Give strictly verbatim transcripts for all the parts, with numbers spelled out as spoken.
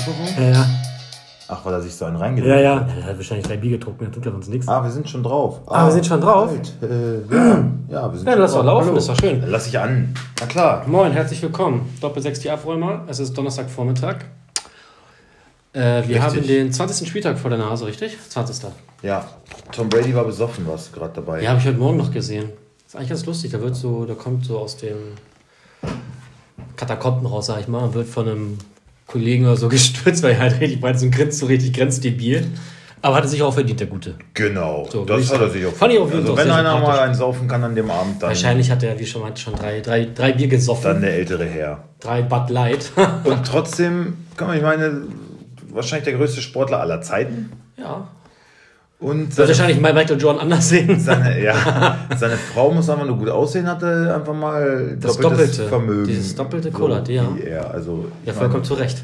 angucken? Ja, ja. Ach, weil er sich so einen reingelegt Ja, ja. hat. Er hat wahrscheinlich drei Bier getrunken, dann tut er sonst nichts. Ah, wir sind schon drauf. Ah, wir sind schon drauf? Halt, äh, ja, ja, wir sind Ja, schon lass doch drauf. laufen, Hallo. ist doch schön. Dann lass ich an. Na klar. Moin, herzlich willkommen. Doppel sechs die Abräumer. Es ist Donnerstagvormittag. Äh, wir Richtig. haben den zwanzigsten Spieltag vor der Nase, richtig? zwanzigsten Ja, Tom Brady war besoffen, warst du gerade dabei. Ja, habe ich heute Morgen noch gesehen. Ist eigentlich ganz lustig. Da wird so, da kommt so aus den Katakomben raus, sag ich mal, und wird von einem Kollegen oder so gestürzt, weil er halt richtig breit so grinst, so richtig grenzdebil. Aber hat er sich auch verdient, der Gute. Genau, So, das hat er sich auch fand ich auf jeden Also Fall wenn sehr einer sympathisch. mal einen saufen kann an dem Abend, dann, Wahrscheinlich hat er, wie schon meinte, schon drei, drei, drei Bier gesoffen. dann der ältere Herr. Drei Bud Light. Und trotzdem, kann man, ich meine, wahrscheinlich der größte Sportler aller Zeiten. Ja. Und Wird seine, wahrscheinlich mal Michael Jordan anders sehen. seine, ja, seine Frau muss einfach nur gut aussehen, hatte einfach mal Das doppeltes Doppelte. Vermögen. Dieses doppelte Kullert, ja. wie er. Also, Ja, ich vollkommen meine, zu Recht.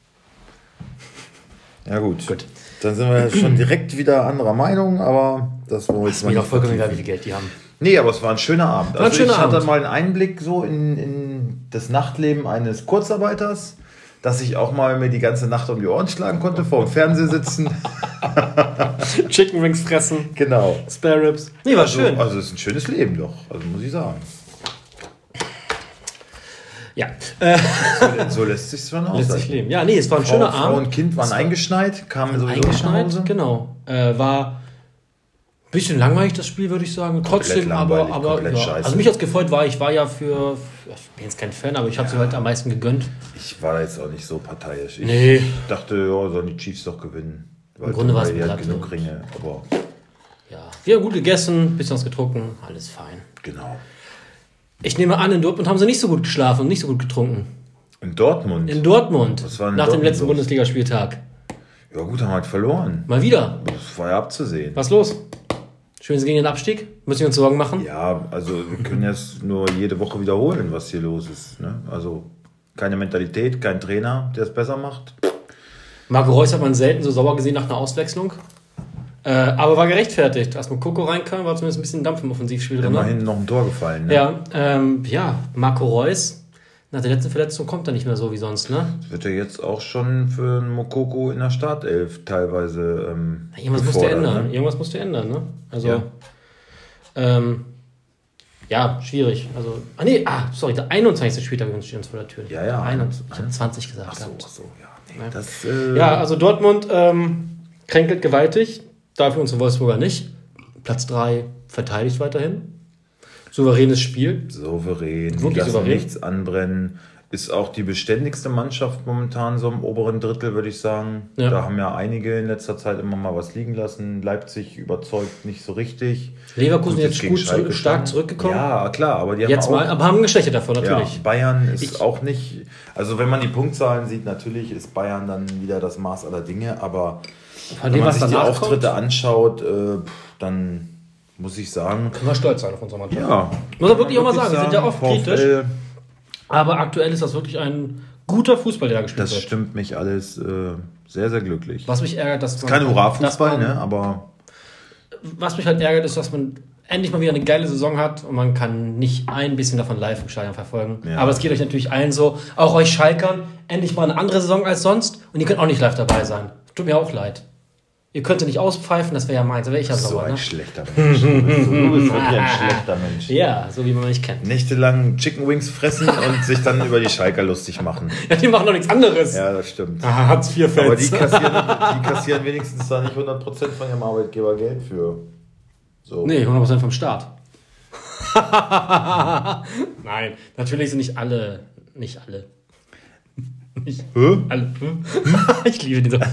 Ja gut. Gut. Dann sind wir schon direkt wieder anderer Meinung, aber das wollen wir jetzt Ist mal mir doch nicht vollkommen egal, wie vertiefen. viel Geld die haben. Nee, aber es war ein schöner Abend. War ein Also schöner ich hatte Abend. mal einen Einblick so in, in das Nachtleben eines Kurzarbeiters, dass ich auch mal mir die ganze Nacht um die Ohren schlagen konnte, vor dem Fernseher sitzen. Chicken Wings fressen, Genau. Spare Ribs. Nee, war Also, schön. also es ist ein schönes Leben doch, also muss ich sagen. Ja, äh, So, so lässt sich schon lässt sich aushalten. leben. Ja, nee, es war ein Frau, schöner Frau Abend. und Kind waren Es war eingeschneit, kamen sowieso nicht nach eingeschneit, Hause. genau. Äh, war ein bisschen langweilig, das Spiel, würde ich sagen. Trotzdem, aber, langweilig, aber komplett ja. scheiße. Also mich hat's gefreut, war, ich war ja für, ich bin jetzt kein Fan, aber ich habe sie halt am meisten gegönnt. Ich war jetzt auch nicht so parteiisch. Ich Nee. dachte, ja, sollen die Chiefs doch gewinnen. Weil Im Grunde Tom war's Brady hat platt, genug ja. Ringe, aber Ja, wir haben gut gegessen, bisschen was getrunken, alles fein. genau. Ich nehme an, in Dortmund haben sie nicht so gut geschlafen und nicht so gut getrunken. In Dortmund? In Dortmund, Was war in nach dem Dortmund letzten los? Bundesligaspieltag. Ja gut, haben halt verloren. Mal wieder. Das war ja abzusehen. Was los? Schön sie gegen den Abstieg? Müssen wir uns Sorgen machen? Ja, also wir können jetzt nur jede Woche wiederholen, was hier los ist. Ne? Also keine Mentalität, kein Trainer, der es besser macht. Marco Reus hat man selten so sauer gesehen nach einer Auswechslung. Äh, aber war gerechtfertigt. Als Mokoko reinkam, war zumindest ein bisschen Dampf im Offensivspiel drin. Immerhin noch ein Tor gefallen. Ne? Ja, ähm, ja, Marco Reus, nach der letzten Verletzung kommt er nicht mehr so wie sonst, ne? Wird er jetzt auch schon für einen Mokoko in der Startelf teilweise ähm, Irgendwas musste gefordert, ändern. ne? Irgendwas musste ändern, ne? Also, Ja. ähm, ja, schwierig. Also, ah nee, ah, sorry, der einundzwanzigste Spieltag steht uns vor der Tür. Ja, ja. einundzwanzig, ich habe zwanzig gesagt Ach so, gehabt. ach so, ja. Nee, Ja. das, äh, Ja, also Dortmund ähm, kränkelt gewaltig, dafür unsere Wolfsburger nicht. Platz drei verteidigt weiterhin. Souveränes Spiel. Souverän, die Wirklich lassen souverän. nichts anbrennen. Ist auch die beständigste Mannschaft momentan so im oberen Drittel, würde ich sagen. Ja. Da haben ja einige in letzter Zeit immer mal was liegen lassen. Leipzig überzeugt nicht so richtig. Leverkusen Gut, jetzt gegen gut Schalke zurück, stark schon. zurückgekommen. Ja, klar, aber die haben Jetzt auch, mal, aber haben Geschwäche davon natürlich. Ja, Bayern ist Ich- auch nicht, also wenn man die Punktzahlen sieht, natürlich ist Bayern dann wieder das Maß aller Dinge, aber Von wenn dem, man was sich die danach Auftritte kommt, anschaut, äh, pff, dann muss ich sagen, können wir stolz sein auf unsere Mannschaft. ja. Muss man wirklich auch mal sagen, wir sind ja oft kritisch. VfL, Aber aktuell ist das wirklich ein guter Fußball, der da gespielt das wird. stimmt mich alles äh, sehr, sehr glücklich. Was mich ärgert, dass man, Kein dass Hurra-Fußball, man, ne? Aber Was mich halt ärgert, ist, dass man endlich mal wieder eine geile Saison hat und man kann nicht ein bisschen davon live im Stadion verfolgen. Ja. Aber es geht euch natürlich allen so, auch euch Schalkern, endlich mal eine andere Saison als sonst und ihr könnt auch nicht live dabei sein. Tut mir auch leid. Ihr könnt ja nicht auspfeifen, das wäre ja meins, da wäre ich ja so sauer. ein Ne? schlechter Mensch. Du bist, du bist wirklich ein schlechter Mensch. Ja, so wie man mich kennt. Nächtelang Chicken Wings fressen und sich dann über die Schalker lustig machen. Ja, die machen doch nichts anderes. Ja, das stimmt. Ah, Hartz vier Fans. Aber die kassieren, die kassieren wenigstens da nicht hundert Prozent von ihrem Arbeitgeber Geld für. So. Nee, hundert Prozent vom Staat. Nein, natürlich sind nicht alle, nicht alle. Nicht Hä? alle. Ich liebe diese.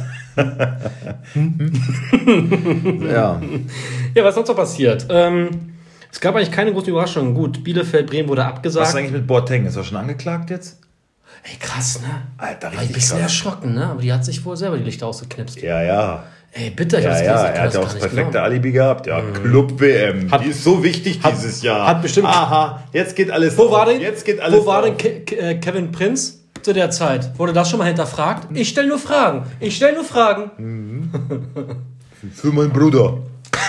Ja. Ja, was ist sonst noch passiert? Ähm, es gab eigentlich keine großen Überraschungen. Gut, Bielefeld, Bremen wurde Was abgesagt. ist eigentlich mit Boateng? Ist er schon angeklagt jetzt? Ey, krass, ne? Alter, War ich ein richtig bisschen krass. erschrocken, ne? Aber die hat sich wohl selber die Lichter ausgeknipst. Ja, ja. Ey, bitte, ich Ja, hab's ja, gelesen, ich er kann hat ja auch gar das nicht perfekte glauben. Alibi gehabt. Ja, Club-W M. Hat- die ist so wichtig hat- dieses Jahr. hat bestimmt- Aha, jetzt geht alles Wo auf. war denn, Jetzt geht alles wo war denn auf. Ke Ke äh, Kevin Prinz zu der Zeit? Wurde das schon mal hinterfragt? Ich stelle nur Fragen. Ich stelle nur Fragen. Für meinen Bruder.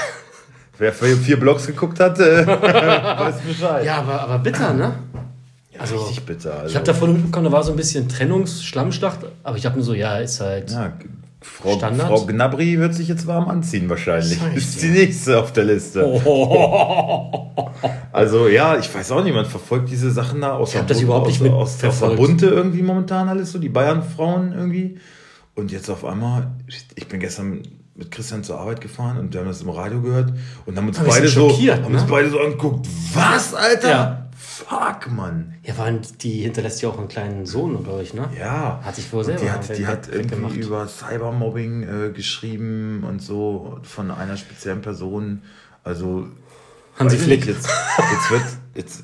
Wer vier, vier Blogs geguckt hat, äh, weiß Bescheid. Ja, aber, aber bitter, ne? Ja, Also, richtig bitter. Also, ich habe davon mitbekommen, da war so ein bisschen Trennungs-Schlammschlacht, aber ich habe nur so, ja, ist halt ja, Frau, Standard. Frau Gnabry wird sich jetzt warm anziehen wahrscheinlich. Das Ist heißt, die nächste auf der Liste. Oh. Also ja, ich weiß auch nicht, man verfolgt diese Sachen da aus Ich hab das überhaupt nicht aus, aus, aus der mitverfolgt. Bunte irgendwie momentan alles so, die Bayern-Frauen irgendwie. Und jetzt auf einmal, ich bin gestern mit Christian zur Arbeit gefahren und wir haben das im Radio gehört und haben uns Aber wir beide sind so, schockiert, haben ne? uns beide so angeguckt. Was, Alter? Ja. Fuck, Mann. Ja, vor allem, die hinterlässt ja auch einen kleinen Sohn, glaube ich, ne? Ja. Hat sich wohl Und selber die hat, die weg- hat weg- irgendwie weggemacht. über Cybermobbing äh, geschrieben und so von einer speziellen Person. Also Hansi weiß ich Flick. nicht, Jetzt, jetzt wird jetzt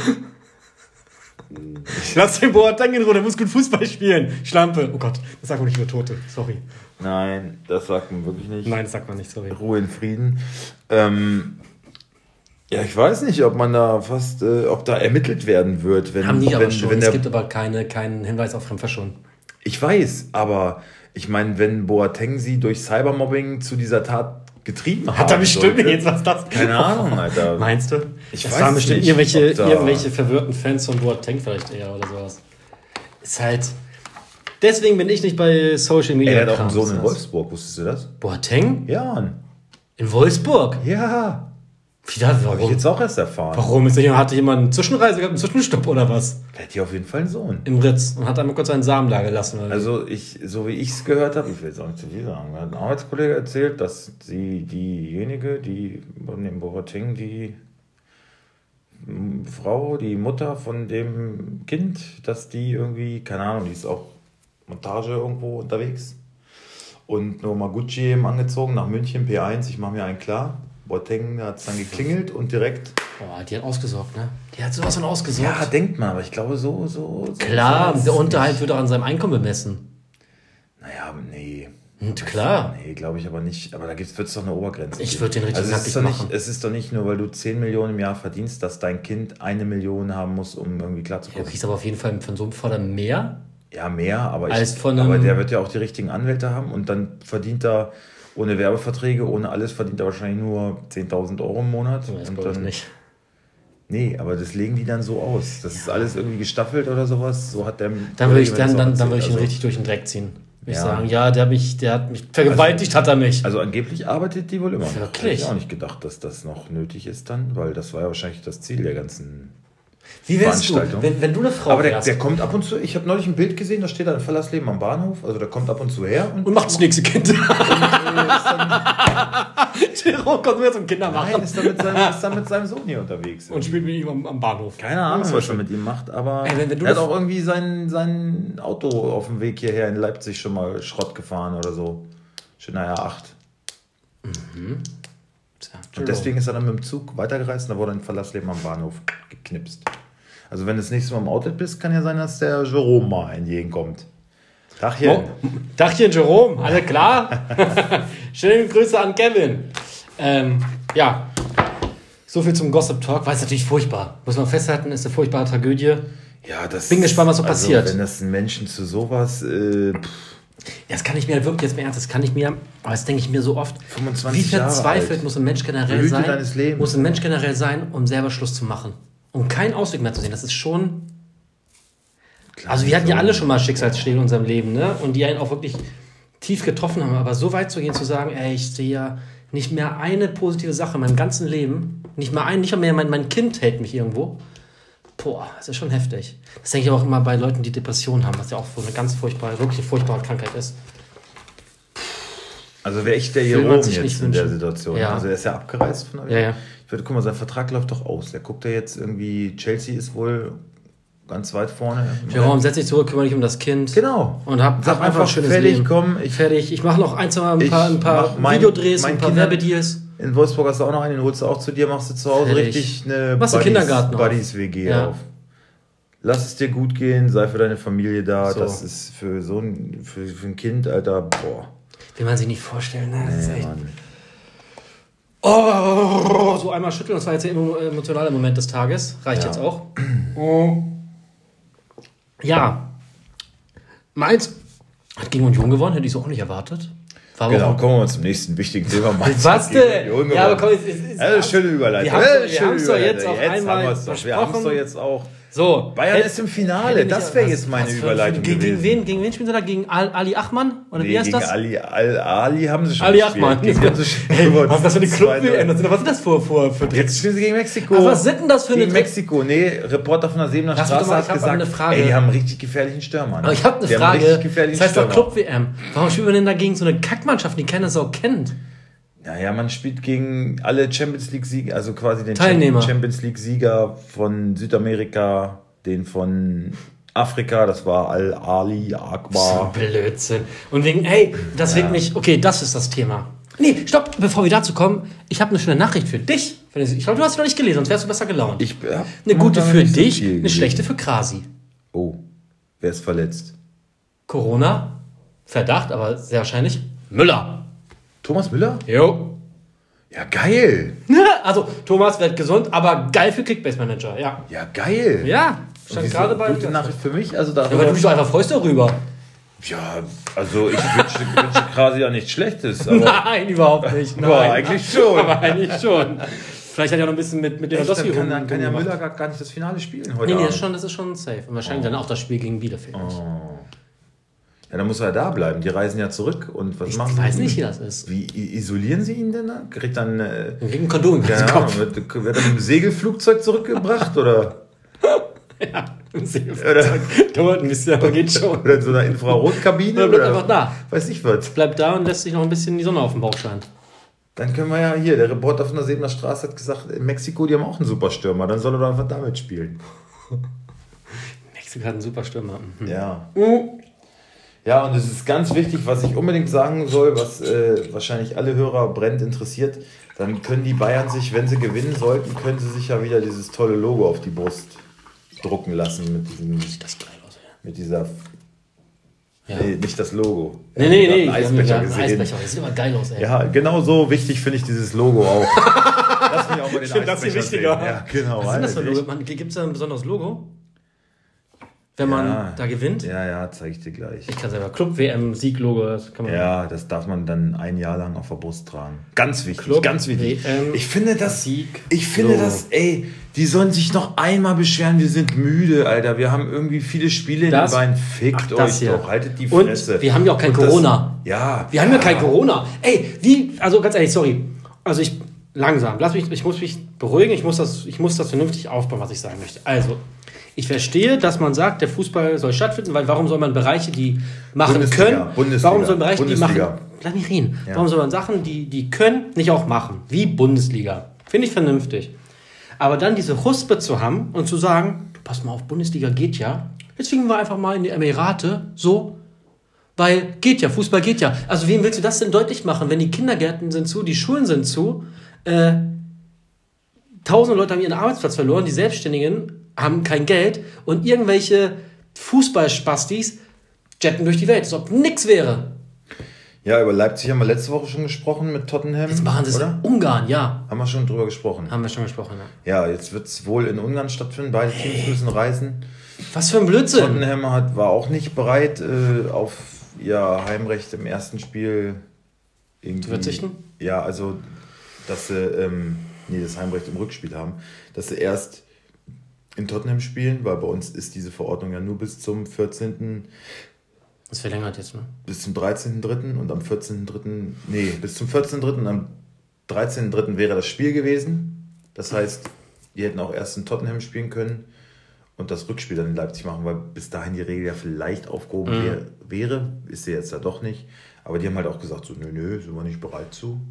Lass den Boateng in Ruhe, der muss gut Fußball spielen. Schlampe. Oh Gott, das sagt man nicht über Tote. Sorry. nein, das sagt man wirklich nicht. Nein, das sagt man nicht, sorry. Ruhe in Frieden. Ähm, ja, ich weiß nicht, ob man da fast, äh, ob da ermittelt werden wird, wenn, Haben die wenn, aber schon. wenn Es der, gibt aber keine, keinen Hinweis auf Fremdverschulden. ich weiß, aber ich meine, wenn Boateng sie durch Cybermobbing zu dieser Tat getrieben hat. Hat er bestimmt jetzt, was das? Keine Ahnung, Alter. Meinst du? Ich das weiß waren bestimmt nicht, irgendwelche, ob da- irgendwelche verwirrten Fans von Boateng vielleicht eher oder sowas. Ist halt. Deswegen bin ich nicht bei Social Media. Er hat auch einen Krams. Sohn in Wolfsburg, wusstest du das? Boateng? Ja, Mann. In Wolfsburg? Ja. Wie das? Habe ich Warum? jetzt auch erst erfahren. Warum? Ist da jemand, hatte jemand eine Zwischenreise gehabt, einen Zwischenstopp oder was? Der hat hier auf jeden Fall einen Sohn. Im Ritz und hat einmal kurz seinen Samen da gelassen. Oder? Also ich, so wie ich es gehört habe, ich will jetzt auch nicht zu viel sagen, mir hat ein Arbeitskollege erzählt, dass sie diejenige, die von dem Boateng, die m, Frau, die Mutter von dem Kind, dass die irgendwie, keine Ahnung, die ist auch Montage irgendwo unterwegs und nur mal Gucci eben angezogen nach München, P eins, ich mache mir einen klar. Boateng hat es dann geklingelt und direkt. Boah, die hat ausgesorgt, ne? Die hat sowas von ausgesorgt. Ja, denkt man, aber ich glaube, so. so, so Klar, so der Unterhalt wird auch an seinem Einkommen bemessen. Naja, nee. Und klar. Nee, glaube ich aber nicht. Aber da wird es doch eine Obergrenze. Ich geben. würde den richtig also es ist nackig doch nicht, machen. Es ist doch nicht nur, weil du zehn Millionen im Jahr verdienst, dass dein Kind eine Million haben muss, um irgendwie Du klarzukommen. kriegst aber auf jeden Fall von so einem Vater mehr. Ja, mehr, aber, ich, Als von aber einem- der wird ja auch die richtigen Anwälte haben und dann verdient er ohne Werbeverträge, ohne alles, verdient er wahrscheinlich nur zehntausend Euro im Monat. Das und glaube ich dann, nicht. Nee, aber das legen die dann so aus. Das ist alles irgendwie gestaffelt oder sowas. So hat der. Dann würde ich, Kollege mir dann, das auch dann, dann erzählt. würde ich ihn Also- richtig durch den Dreck ziehen. Würde ich Ja. sagen, ja, der hat mich, der hat mich vergewaltigt, hat er mich. Also angeblich arbeitet die wohl immer. noch. Wirklich? Hätte ich auch nicht gedacht, dass das noch nötig ist dann, weil das war ja wahrscheinlich das Ziel der ganzen. Wie wärst du, Veranstaltung. wenn, wenn du eine Frau Aber der, wärst der kommt ab und zu, ich habe neulich ein Bild gesehen, da steht da ein Verlassleben am Bahnhof, also der kommt ab und zu her und, und macht das nächste Kind. ist dann, Jerome kommt mir zum Kinder nein, machen ist, dann mit seinem, ist dann mit seinem Sohn hier unterwegs. und spielt mit ihm am, am Bahnhof. Keine Ahnung, Das was ist er schön. mit ihm macht, aber Ey, wenn- wenn du er hat das- auch irgendwie sein, sein Auto auf dem Weg hierher in Leipzig schon mal Schrott gefahren oder so. Schöner R acht. Tja, Und Jerome. deswegen ist er dann mit dem Zug weitergereist und da wurde ein Verlassleben am Bahnhof geknipst. Also wenn du das nächste Mal im Outlet bist, kann ja sein, dass der Jerome mal entgegenkommt. Dachchen. Oh, Dachchen Jerome, alle klar? Schöne Grüße an Kevin. Ähm, ja, so viel zum Gossip Talk, weil es natürlich furchtbar. Muss man festhalten, ist eine furchtbare Tragödie. Ja, das Bin gespannt, was so also, passiert. Wenn das einen Menschen zu sowas, äh, pff, Ja, das kann ich mir halt wirklich jetzt mehr ernst, das kann ich mir, aber das denke ich mir so oft. fünfundzwanzig Wie Jahre verzweifelt alt. muss ein Mensch generell Blüte sein? deines Lebens. Muss ein Mensch generell sein, um selber Schluss zu machen. Um keinen Ausweg mehr zu sehen. Das ist schon. Klar, Also wir hatten ja so- alle schon mal Schicksalsschläge in unserem Leben, ne? Und die einen auch wirklich tief getroffen haben. Aber so weit zu gehen, zu sagen, ey, ich sehe ja nicht mehr eine positive Sache in meinem ganzen Leben. Nicht mal ein, nicht mal mehr mein, mein Kind hält mich irgendwo. Boah, das ist schon heftig. Das denke ich aber auch immer bei Leuten, die Depressionen haben, was ja auch so eine ganz furchtbare, wirklich furchtbare Krankheit ist. Also wäre ich der Will man Jerome sich jetzt nicht in der wünschen. Situation. Ja. Also er ist ja abgereist von euch. Ja, ja. Ich würde, guck mal, sein Vertrag läuft doch aus. Der guckt ja jetzt irgendwie, Chelsea ist wohl ganz weit vorne. Jerome, setz dich zurück, kümmere dich um das Kind. Genau. Und hab, Sag hab einfach ein schönes fertig, Leben. komm, ich, Fertig. Ich mache noch ein, zwei Mal ein Ich paar, ein paar mach mein- Videodrehs, mein ein paar Kindern- Werbedeals. in Wolfsburg hast du auch noch einen, den holst du auch zu dir, machst du zu Hause Fertig. richtig eine Machst du Kindergarten auf. Buddies-W G Ja. auf. Lass es dir gut gehen, sei für deine Familie da. So. Das ist für so ein, für, für ein Kind, Alter, boah. Will man sich nicht vorstellen, ne? Das ist Nee, echt. Mann. Oh, so einmal schütteln, das war jetzt der emo- emotionale Moment des Tages. Reicht Ja. jetzt auch. Oh. Ja. Mainz hat gegen Union gewonnen, hätte ich so auch nicht erwartet. War aber Genau, auch, kommen wir mal zum nächsten wichtigen Thema. Mainz was gegen denn? Union Ja, aber gewonnen. komm, es ist. Also, schöne Überleitung. Wir haben's- Äh, wir schöne haben's doch jetzt Überleitung. auch Jetzt einmal haben wir's doch. Wir haben es besprochen. doch jetzt auch. So. Bayern ist im Finale. Das wäre jetzt meine Überleitung gegen, gewesen. Gegen wen, gegen wen spielen sie da? Gegen Al, Ali Achmann? Oder nee, wie heißt gegen das? Ali, Al, Ali haben sie schon Ali gespielt. Achmann. Gegen haben sie schon Hey, was ist das für eine Zweite- Club-W M? Was sind das für, für, für Jetzt spielen sie gegen Mexiko. Ach, was sind denn das für eine Gegen Mexiko. Nee, Reporter von der Sebener Lass mich doch Straße mal, ich hat hab gesagt, aber eine Frage. ey, die haben einen richtig gefährlichen Stürmer. Ne? Aber ich habe eine die haben Frage. einen richtig gefährlichen Das heißt doch Stürmer. Club-W M. Warum spielen wir denn dagegen so eine Kackmannschaft, die keiner so kennt? Naja, man spielt gegen alle Champions League-Sieger, also quasi den Teilnehmer. Champions League-Sieger von Südamerika, den von Afrika, das war Al-Ali, Akbar. So Blödsinn. Und wegen, hey, das regt mich, okay, das ist das Thema. Nee, stopp, bevor wir dazu kommen, ich habe eine schöne Nachricht für dich. Ich glaube, du hast sie noch nicht gelesen, sonst wärst du besser gelaunt. Ich, ja, eine gute für nicht so dich, viel eine gelesen. schlechte für Krasi. Oh, wer ist verletzt? Corona, Verdacht, aber sehr wahrscheinlich Müller. Thomas Müller? Jo. Ja, geil. Also, Thomas wird gesund, aber geil für Kickbase-Manager, ja. Ja, geil. Ja, stand Wieso? gerade bei... Gute Nachricht für mich. Also da Ja, weil du dich doch einfach freust darüber. ja, also ich wünsche, wünsche quasi ja nichts Schlechtes. Aber Nein, überhaupt nicht. Nein. Boah, eigentlich schon. Aber eigentlich schon. Vielleicht hat er noch ein bisschen mit, mit Echt, Lewandowski dann kann, rum- dann kann ja rumgemacht. Müller gar, gar nicht das Finale spielen heute Nee, nee, das Abend. ist schon, das ist schon safe. Und wahrscheinlich dann auch das Spiel gegen Bielefeld. Ja, dann muss er ja da bleiben. Die reisen ja zurück. Und was Ich machen sie weiß mit nicht, ihm? wie das ist. Wie i- isolieren sie ihn denn dann? Kriegt dann äh, Wir kriegen ein Kondom im keine Kopf. Ahnung, wird, wird er mit dem Segelflugzeug zurückgebracht oder, Ja, im Segelflugzeug. Dauert ein bisschen, aber geht schon. oder in so einer Infrarotkabine? Oder bleibt oder einfach da. Weiß ich was. Bleibt da und lässt sich noch ein bisschen die Sonne auf den Bauch scheinen. Dann können wir ja hier, der Reporter von der Sebener Straße hat gesagt, in Mexiko, die haben auch einen Superstürmer. Dann soll er doch einfach damit spielen. Mexiko hat einen super Stürmer. Mhm. Ja. Ja, und es ist ganz wichtig, was ich unbedingt sagen soll, was äh, wahrscheinlich alle Hörer brennend interessiert. Dann können die Bayern sich, wenn sie gewinnen sollten, können sie sich ja wieder dieses tolle Logo auf die Brust drucken lassen mit diesem, Sieht das geil aus, ja. mit dieser, Ja. nee, nicht das Logo. Nee, nee, Ich nee. hab einen wir haben Eisbecher einen gesehen. Eisbecher. Das sieht aber geil aus, ey. Ja, genau so wichtig finde ich dieses Logo auch. Lass mich auch mal den Ich finde das hier Eisbecher wichtiger. sehen. Ja, genau. Was ist denn das für ein Alter, Logo? Gibt es da ein besonderes Logo? Wenn man Ja. da gewinnt? Ja, ja, zeige ich dir gleich. Ich kann selber Club-W M-Sieg-Logo, das kann man... Ja, das darf man dann ein Jahr lang auf der Brust tragen. Ganz wichtig, Club ganz wichtig. W M Ich finde das, Sieg ich finde Logo. das, ey, die sollen sich noch einmal beschweren, wir sind müde, Alter. Wir haben irgendwie viele Spiele in den Das- Beinen. Fickt Ach, das euch hier. doch, haltet die Und Fresse. wir haben ja auch kein Und das- Corona. Ja. Wir haben ja kein Corona. Ey, wie, also ganz ehrlich, sorry. Also ich, langsam, lass mich, ich muss mich beruhigen, ich muss das, ich muss das vernünftig aufbauen, was ich sagen möchte. Also, ich verstehe, dass man sagt, der Fußball soll stattfinden, weil warum soll man Bereiche, die machen Bundesliga, können, Bundesliga, warum soll Bereiche, die Bundesliga. machen, lass mich reden, Ja. warum soll man Sachen, die, die können, nicht auch machen, wie Bundesliga. Finde ich vernünftig. Aber dann diese Huspe zu haben und zu sagen, du pass mal auf, Bundesliga geht ja, jetzt fliegen wir einfach mal in die Emirate, so, weil geht ja, Fußball geht ja. Also wem willst du das denn deutlich machen, wenn die Kindergärten sind zu, die Schulen sind zu, äh, tausende Leute haben ihren Arbeitsplatz verloren, die Selbstständigen haben kein Geld und irgendwelche Fußballspastis jetten durch die Welt, als ob nix wäre. Ja, über Leipzig haben wir letzte Woche schon gesprochen mit Tottenham. Jetzt machen sie es oder? in Ungarn, ja. Haben wir schon drüber gesprochen. Haben wir schon gesprochen, ja. Ja, jetzt wird es wohl in Ungarn stattfinden. Beide Teams müssen reisen. Was für ein Blödsinn. Tottenham hat, war auch nicht bereit, äh, auf ihr Heimrecht im ersten Spiel irgendwie... Zu verzichten? Ja, also, dass sie ähm, nee, das Heimrecht im Rückspiel haben. Dass sie erst in Tottenham spielen, weil bei uns ist diese Verordnung ja nur bis zum vierzehnten Das verlängert jetzt, ne? bis zum dreizehnten dritten und am vierzehnten dritten nee, bis zum vierzehnten dritten und am dreizehnten dritten wäre das Spiel gewesen. Das heißt, die hätten auch erst in Tottenham spielen können und das Rückspiel dann in Leipzig machen, weil bis dahin die Regel ja vielleicht aufgehoben Mhm. wär, wäre. Ist sie jetzt ja doch nicht. Aber die haben halt auch gesagt, so, nö, nö, sind wir nicht bereit zu.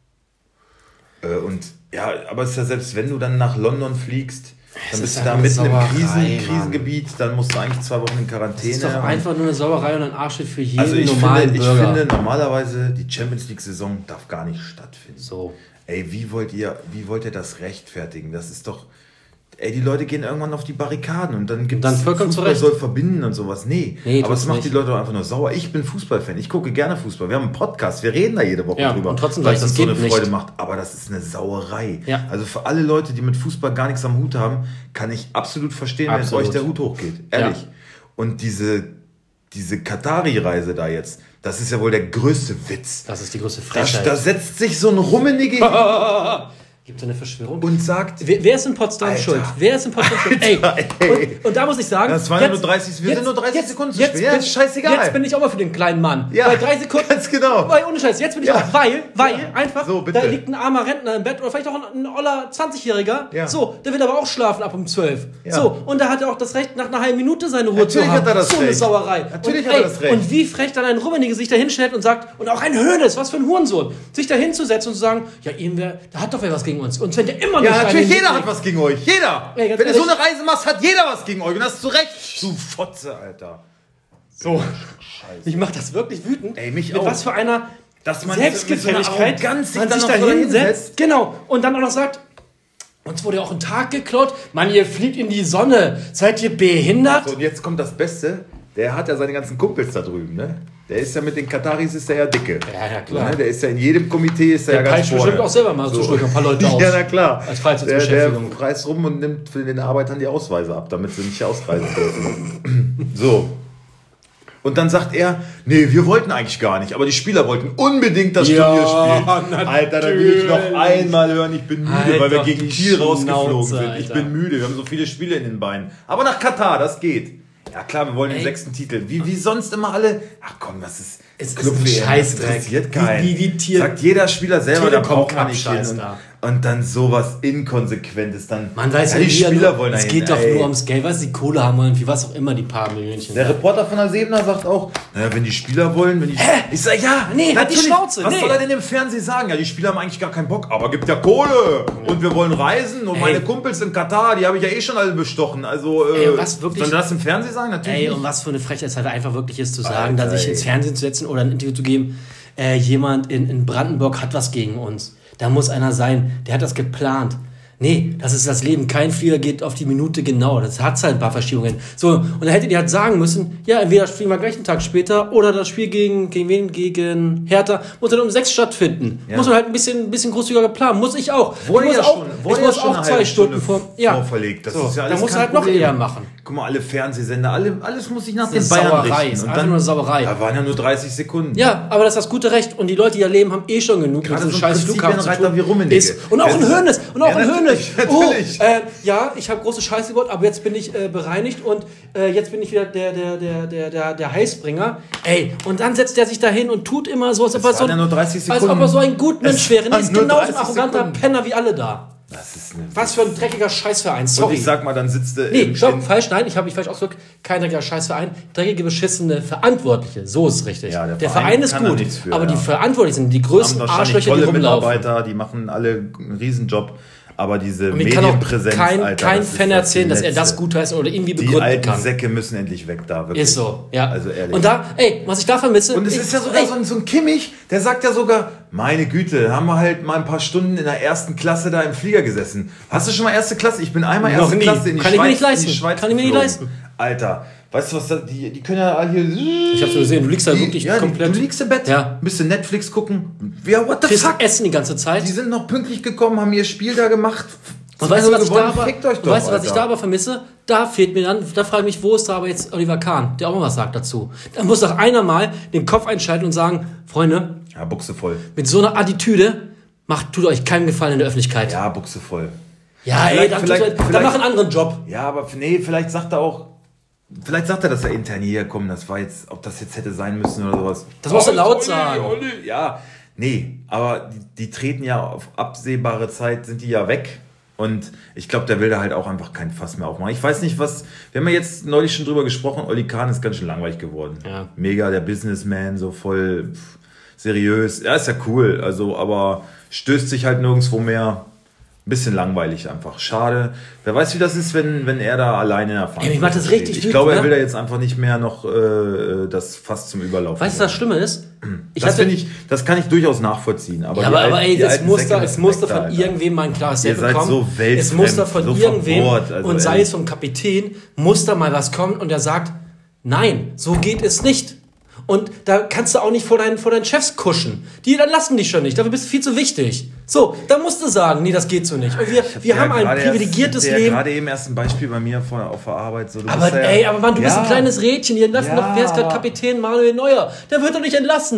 Äh, und ja, aber es ist ja selbst, wenn du dann nach London fliegst, dann Es bist ist du da einfach mitten im Sauerei, Krisen, Mann. Krisengebiet, dann musst du eigentlich zwei Wochen in Das Quarantäne. ist doch einfach nur eine Sauerei und ein Arschtritt für jeden Also ich normalen finde, ich Bürger. finde normalerweise die Champions League Saison darf gar nicht stattfinden. so. Ey, wie wollt ihr, wie wollt ihr das rechtfertigen? Das ist doch, ey, die Leute gehen irgendwann auf die Barrikaden und dann gibt dann es vollkommen zu Fußball Recht. soll verbinden und sowas. Nee, Nee, aber es tut's macht nicht. die Leute doch einfach nur sauer. Ich bin Fußballfan, ich gucke gerne Fußball. Wir haben einen Podcast, wir reden da jede Woche Ja, drüber, und trotzdem weil sag ich, das das so eine geht Freude nicht. macht. Aber das ist eine Sauerei. Ja. Also für alle Leute, die mit Fußball gar nichts am Hut haben, kann ich absolut verstehen, Absolut. wenn euch der Hut hochgeht. Ehrlich. Ja. Und diese, diese Katari-Reise da jetzt, das ist ja wohl der größte Witz. Das ist die größte Da, Frechheit. da setzt sich so ein Rummenigge. Gibt es eine Verschwörung? Und sagt... Wer, wer ist in Potsdam Alter. schuld? Wer ist in Potsdam schuld? Ey, und, und da muss ich sagen... Das waren ja nur dreißig, wir jetzt, sind nur dreißig jetzt, Sekunden zu jetzt, spät. jetzt Ja, bin, ist scheißegal. Jetzt bin ich auch mal für den kleinen Mann. Ja, bei drei Sekunden... ganz genau. Weil, ohne Scheiß, jetzt bin ich Ja. auch... Weil, weil, Ja. einfach, So, bitte. da liegt ein armer Rentner im Bett oder vielleicht auch ein, ein oller zwanzigjähriger. Ja. So, der will aber auch schlafen ab um zwölf. Ja. So, und da hat er auch das Recht, nach einer halben Minute seine Ruhe Natürlich zu haben. hat er das so eine Recht. Sauerei. Natürlich und, hat er ey, das Recht. Und wie frech dann ein Rummenigge sich da hinstellt und sagt, und auch ein Hönes, was für ein Hurensohn, sich da hinzusetzen und zu sagen, ja, irgendwer, da hat doch wer was gegen uns. Und wenn der immer noch Ja, natürlich, einen jeder mitkriegt- hat was gegen euch. Jeder. Ey, Wenn ganz du so ehrlich- eine Reise machst, hat jeder was gegen euch. Und das zu Recht. Du Fotze, Alter. So. Scheiße. Mich macht das wirklich wütend. Ey, mich Mit auch. was für einer Dass man Selbstgefälligkeit mit so einer Arroganz sich man dann sich noch da so hinsetzt. hinsetzt. Genau. Und dann auch noch sagt, uns wurde auch ein Tag geklaut. Mann, ihr fliegt in die Sonne. Seid ihr behindert? So, und jetzt kommt das Beste. Der hat ja seine ganzen Kumpels da drüben, ne? Der ist ja mit den Kataris ist der ja dicke. Ja, ja, klar. Ne? Der ist ja in jedem Komitee ist der, Der ja ganz peitscht vorne. bestimmt auch selber mal so durch ein paar Leute aus. Ja, na klar. Als Der, Freizeitbeschäftigung. der preist rum und nimmt für den Arbeitern die Ausweise ab, damit sie nicht ausreisen dürfen. So. Und dann sagt er, nee, wir wollten eigentlich gar nicht, aber die Spieler wollten unbedingt das Ja, Turnier spielen. natürlich. Alter, da will ich noch einmal hören, ich bin müde, Alter, weil wir gegen die Kiel rausgeflogen Schnauze, sind. Ich Alter. bin müde, wir haben so viele Spiele in den Beinen. Aber nach Katar, das geht. Ja klar, wir wollen den Ey. sechsten Titel. Wie, wie sonst immer alle, ach komm, das ist... Es ist Club ein W M, das Scheißdreck. interessiert keinen. Wie- wie- wie Tier- Sagt jeder Spieler selber, da Telekom braucht man nicht hin. Cup-Scheiß Und, da. und dann sowas Inkonsequentes. Dann, Man weiß ja, ja, die wie er Spieler nur, wollen es dahin, geht doch ey. nur ums Geld, was die Kohle haben wollen, für was auch immer die paar Millionchen. Der Reporter von der Sebener sagt auch, naja, wenn die Spieler wollen, wenn die... Hä? Ich sag, ja, Nee, halt die natürlich. Schnauze, Was nee. soll er denn im Fernsehen sagen? Ja, die Spieler haben eigentlich gar keinen Bock, aber gibt ja Kohle. Und wir wollen reisen und Ey. meine Kumpels in Katar, die habe ich ja eh schon alle bestochen. Also, äh, Ey, was wirklich- soll er das im Fernsehen sagen? Natürlich Ey, nicht. und was für eine Frechheit es halt einfach wirklich ist, zu sagen, Alter, da sich ey. ins Fernsehen zu setzen oder ein Interview zu geben, äh, jemand in, in Brandenburg hat was gegen uns. Da muss einer sein, der hat das geplant. Nee, das ist das Leben. Kein Flieger geht auf die Minute genau. Das hat halt ein paar Verschiebungen. So, und dann hättet ihr halt sagen müssen, ja, entweder spielen wir gleich einen Tag später oder das Spiel gegen, gegen wen? Gegen Hertha muss dann um sechs stattfinden. Ja. Muss man halt ein bisschen, ein bisschen großzügiger planen. Muss ich auch. Wurde ich muss ja auch, schon, ich wurde ja muss schon auch eine zwei halbe Stunden Stunde vor, ja. vorverlegt. Das So, ist ja da alles musst du kein halt noch Problem. eher machen. Guck mal, alle Fernsehsender, alle, alles muss sich nach Das den ist Bayern Sauerei, richten. ist Und einfach dann, nur Sauerei. Da waren ja nur dreißig Sekunden. Ja, aber das ist das gute Recht. Und die Leute, die da leben, haben eh schon genug Gerade mit diesem so ein scheiß Flughafen zu Prinzipienreiter tun. wie Rummenigge. Ist, und auch Ja, ein das- Hönes. Und auch Ja, ein Hönes. natürlich, natürlich. Oh, äh, ja, ich habe große Scheiße gebaut, aber jetzt bin ich äh, bereinigt und äh, jetzt bin ich wieder der, der, der, der, der, der Heißbringer. Ey, und dann setzt er sich da hin und tut immer so, als ob, er waren so, ja nur dreißig als Sekunden. ob er so ein Gutmensch Es wäre. Nee, waren ist nur genauso ein dreißig arroganter Sekunden. Penner wie alle da. Das ist eine... Was für ein dreckiger Scheißverein, Und sorry. ich sag mal, dann sitzt du... Nee, in- stopp, in- falsch, nein, ich habe mich falsch ausgedrückt. Kein dreckiger Scheißverein, dreckige, beschissene Verantwortliche. So ist es richtig. Ja, der der Verein Verein ist kann da gut, nichts für, aber ja. die Verantwortlichen sind die haben größten wahrscheinlich Arschlöcher, die tolle rumlaufen. Mitarbeiter, die machen alle einen Riesenjob. Aber diese Und mir kann auch Medienpräsenz, kein, Alter, kein das ist Fan das erzählen, dass er Letzte. das gutheißen oder irgendwie Die begründen alten kann. Säcke müssen endlich weg da, wirklich. Ist so, ja. Also ehrlich. Und da, ey, was ich da vermisse... Und es ich, ist ja sogar ey, so ein, so ein Kimmich, der sagt ja sogar, meine Güte, haben wir halt mal ein paar Stunden in der ersten Klasse da im Flieger gesessen. Hast du schon mal erste Klasse? Ich bin einmal Noch erste nie. Klasse in die Kann ich mir Schweiz, nicht leisten. in die Schweiz Kann ich mir nicht geflogen. leisten. Alter, weißt du was, da, die, die können ja hier... Ich hab's so gesehen, du liegst da die, wirklich ja, komplett... Die, du liegst im Bett, Ja. ein bisschen Netflix gucken. Ja, what the kriegst fuck? Essen die ganze Zeit. Die sind noch pünktlich gekommen, haben ihr Spiel da gemacht. Und weißt du, was ich da gewonnen, aber, fickt euch und doch, weißt du, was ich Alter. da aber vermisse? Da fehlt mir dann, da frage ich mich, wo ist da aber jetzt Oliver Kahn, der auch mal was sagt dazu. Da muss doch einer mal den Kopf einschalten und sagen, Freunde, Ja, Buchse voll. mit so einer Attitüde macht, tut euch keinen Gefallen in der Öffentlichkeit. Ja, Ja, Buchse voll. ey, Vielleicht- dann, tut vielleicht- euch, dann vielleicht- mach einen anderen Job. Ja, aber nee, vielleicht sagt er auch, vielleicht sagt er, dass er intern hier kommt, das war jetzt, ob das jetzt hätte sein müssen oder sowas. Das musst du Oh, laut Olli, sagen. Olli. Ja, nee, aber die, die treten ja auf absehbare Zeit, sind die ja weg. Und ich glaube, der will da halt auch einfach kein Fass mehr aufmachen. Ich weiß nicht, was, wir haben ja jetzt neulich schon drüber gesprochen, Olli Kahn ist ganz schön langweilig geworden. Ja. Mega, der Businessman, so voll pff, seriös. Ja, ist ja cool, also, aber stößt sich halt nirgendwo mehr. Ein bisschen langweilig einfach. Schade. Wer weiß, wie das ist, wenn, wenn er da alleine in der Verantwortung Ey, mich macht das steht. richtig Ich wütend, glaube, er ne? will da jetzt einfach nicht mehr noch äh, das Fass zum Überlaufen. Weißt du, was das Schlimme ist? Ich das hatte- finde ich, das kann ich durchaus nachvollziehen. Aber, Ja, die aber, aber alten- ey, die es alten muss, Säcke da, es müssen muss weg da von Alter. irgendwem mal ein klares Ihr Set seid bekommen. so weltfremd, es muss da von so irgendwem, verbohrt, also und sei ehrlich. es vom Kapitän, muss da mal was kommen und der sagt, nein, so geht es nicht. Und da kannst du auch nicht vor deinen, vor deinen Chefs kuschen. Die dann lassen dich schon nicht, dafür bist du viel zu wichtig. So, da musst du sagen, nee, das geht so nicht. Und wir, wir Ja, haben ein gerade privilegiertes erst, der Leben. gerade eben erst ein Beispiel bei mir vor, auf der Arbeit. So, du Aber bist ja, ey, aber Mann, du bist ja. ein kleines Rädchen. Hier lassen Ja. doch, wer ist gerade Kapitän Manuel Neuer? Der wird doch nicht entlassen.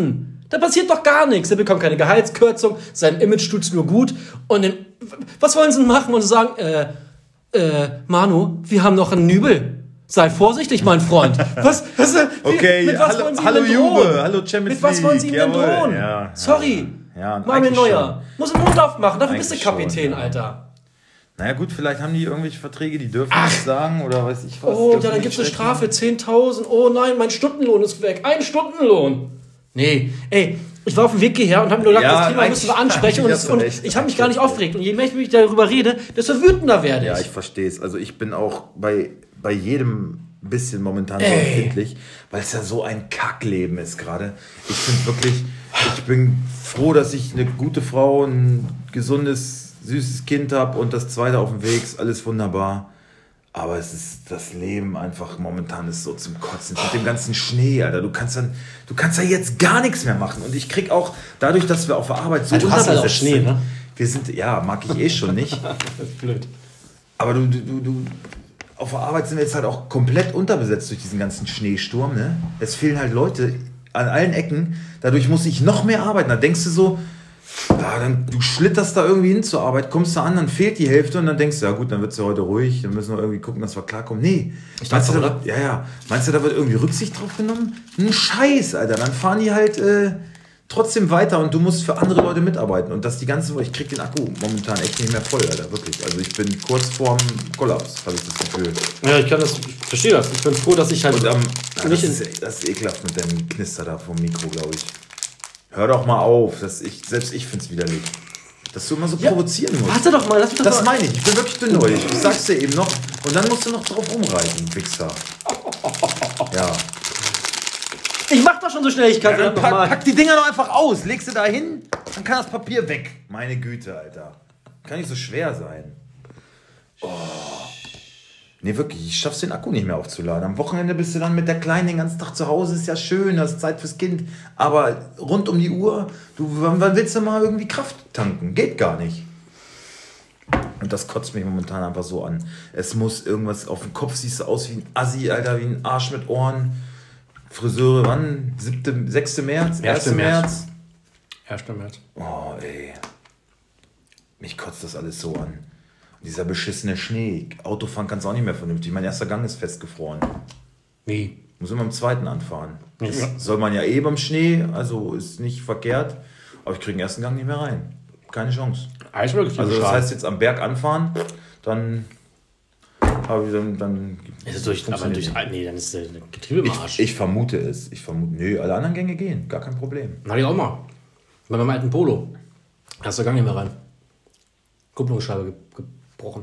Da passiert doch gar nichts. Er bekommt keine Gehaltskürzung, sein Image tut's nur gut. Und dann, was wollen sie denn machen? Und sagen, äh, äh, Manu, wir haben noch einen Nübel. Sei vorsichtig, mein Freund. Was, was, wie, okay, mit was hallo, wollen Sie hallo denn Juve, drohen? hallo Champions League. Mit was wollen Sie ihm denn Jawohl. drohen? Ja, Sorry. Ja, ja, Manuel Neuer. schon. Muss den Mund aufmachen, dafür bist du Eigentlich Kapitän, schon, ja. Alter. Naja gut, vielleicht haben die irgendwelche Verträge, die dürfen nichts sagen oder weiß ich was. Oh, dürfen ja, dann nicht gibt's eine schlecht Strafe, zehntausend. Oh nein, mein Stundenlohn ist weg. Ein Stundenlohn. Nee, ey, ich war auf dem Weg hierher und habe mir nur gedacht, Ja, das Thema eigentlich- müssen wir ansprechen. Und, eigentlich es, hast du und recht. ich habe mich Eigentlich gar nicht hast du aufgeregt. Und je mehr ich darüber rede, desto wütender werde ich. Ja, ich verstehe es. Also ich bin auch bei, bei jedem bisschen momentan so Ey. empfindlich, weil es ja so ein Kackleben ist gerade. Ich finde wirklich, ich bin froh, dass ich eine gute Frau, ein gesundes, süßes Kind habe und das zweite auf dem Weg ist, alles wunderbar. Aber es ist das Leben einfach momentan ist so zum Kotzen. Mit dem ganzen Schnee, Alter. Du kannst dann, du kannst ja jetzt gar nichts mehr machen. Und ich krieg auch, dadurch, dass wir auf der Arbeit so Ja, du hast halt auch unterbesetzt Schnee, sind, ne? wir sind, ja, mag ich eh schon nicht. Das ist blöd. Aber du, du, du, du, auf der Arbeit sind wir jetzt halt auch komplett unterbesetzt durch diesen ganzen Schneesturm. Ne? Es fehlen halt Leute an allen Ecken. Dadurch muss ich noch mehr arbeiten. Da denkst du so, ja, dann, du schlitterst da irgendwie hin zur Arbeit, kommst da an, dann fehlt die Hälfte und dann denkst du, ja gut, dann wird es ja heute ruhig, dann müssen wir irgendwie gucken, dass wir klarkommen. Nee, Ich meinst, dachte, du, da oder? wird, ja, ja. Meinst du, da wird irgendwie Rücksicht drauf genommen? Ein Scheiß, Alter. Dann fahren die halt äh, trotzdem weiter und du musst für andere Leute mitarbeiten. Und das die ganze Woche, ich krieg den Akku momentan echt nicht mehr voll, Alter, wirklich. Also ich bin kurz vorm Kollaps, habe ich das Gefühl. Ja, ich kann das, ich verstehe das. Ich bin froh, dass ich halt Und am, ja, nicht das, in, ist, das ist ekelhaft mit deinem Knister da vom Mikro, glaube ich. Hör doch mal auf, das ich, selbst ich finde es widerlich. Dass du immer so Ja, provozieren musst. warte doch mal, lass mich doch Das mal. meine ich, ich bin wirklich dünnhäutig. Ich sag's dir eben noch. Und dann musst du noch drauf rumreiten, Wichser. Ja. Ich mach doch schon so schnell, ich kann Ja, dann noch pack, mal. pack die Dinger doch einfach aus. Legst du da hin, dann kann das Papier weg. Meine Güte, Alter. Kann nicht so schwer sein. Oh. Nee, wirklich, ich schaff's den Akku nicht mehr aufzuladen. Am Wochenende bist du dann mit der Kleinen den ganzen Tag zu Hause, ist ja schön, hast Zeit fürs Kind. Aber rund um die Uhr, du, wann, wann willst du mal irgendwie Kraft tanken? Geht gar nicht. Und das kotzt mich momentan einfach so an. Es muss irgendwas, auf dem Kopf siehst du aus wie ein Assi, Alter, wie ein Arsch mit Ohren. Friseure, wann? siebte, sechste März? erster März? erster März. Oh, ey. Mich kotzt das alles so an. Dieser beschissene Schnee. Autofahren kannst du auch nicht mehr vernünftig. Mein erster Gang ist festgefroren. Wie? Muss immer im zweiten anfahren. Das Ja. soll man ja eh beim Schnee, also ist nicht verkehrt. Aber ich kriege den ersten Gang nicht mehr rein. Keine Chance. Eiswürfel. Also das heißt jetzt am Berg anfahren, dann habe ich dann... dann ist es durch, aber funktioniert durch, nicht. nee, dann ist der Getriebe im Arsch. ich, ich vermute es. Ich vermute, nö, alle anderen Gänge gehen. Gar kein Problem. Hatte ich auch mal. Bei meinem alten Polo. Hast du gar nicht mehr rein. Kupplungsscheibe ge gebrochen.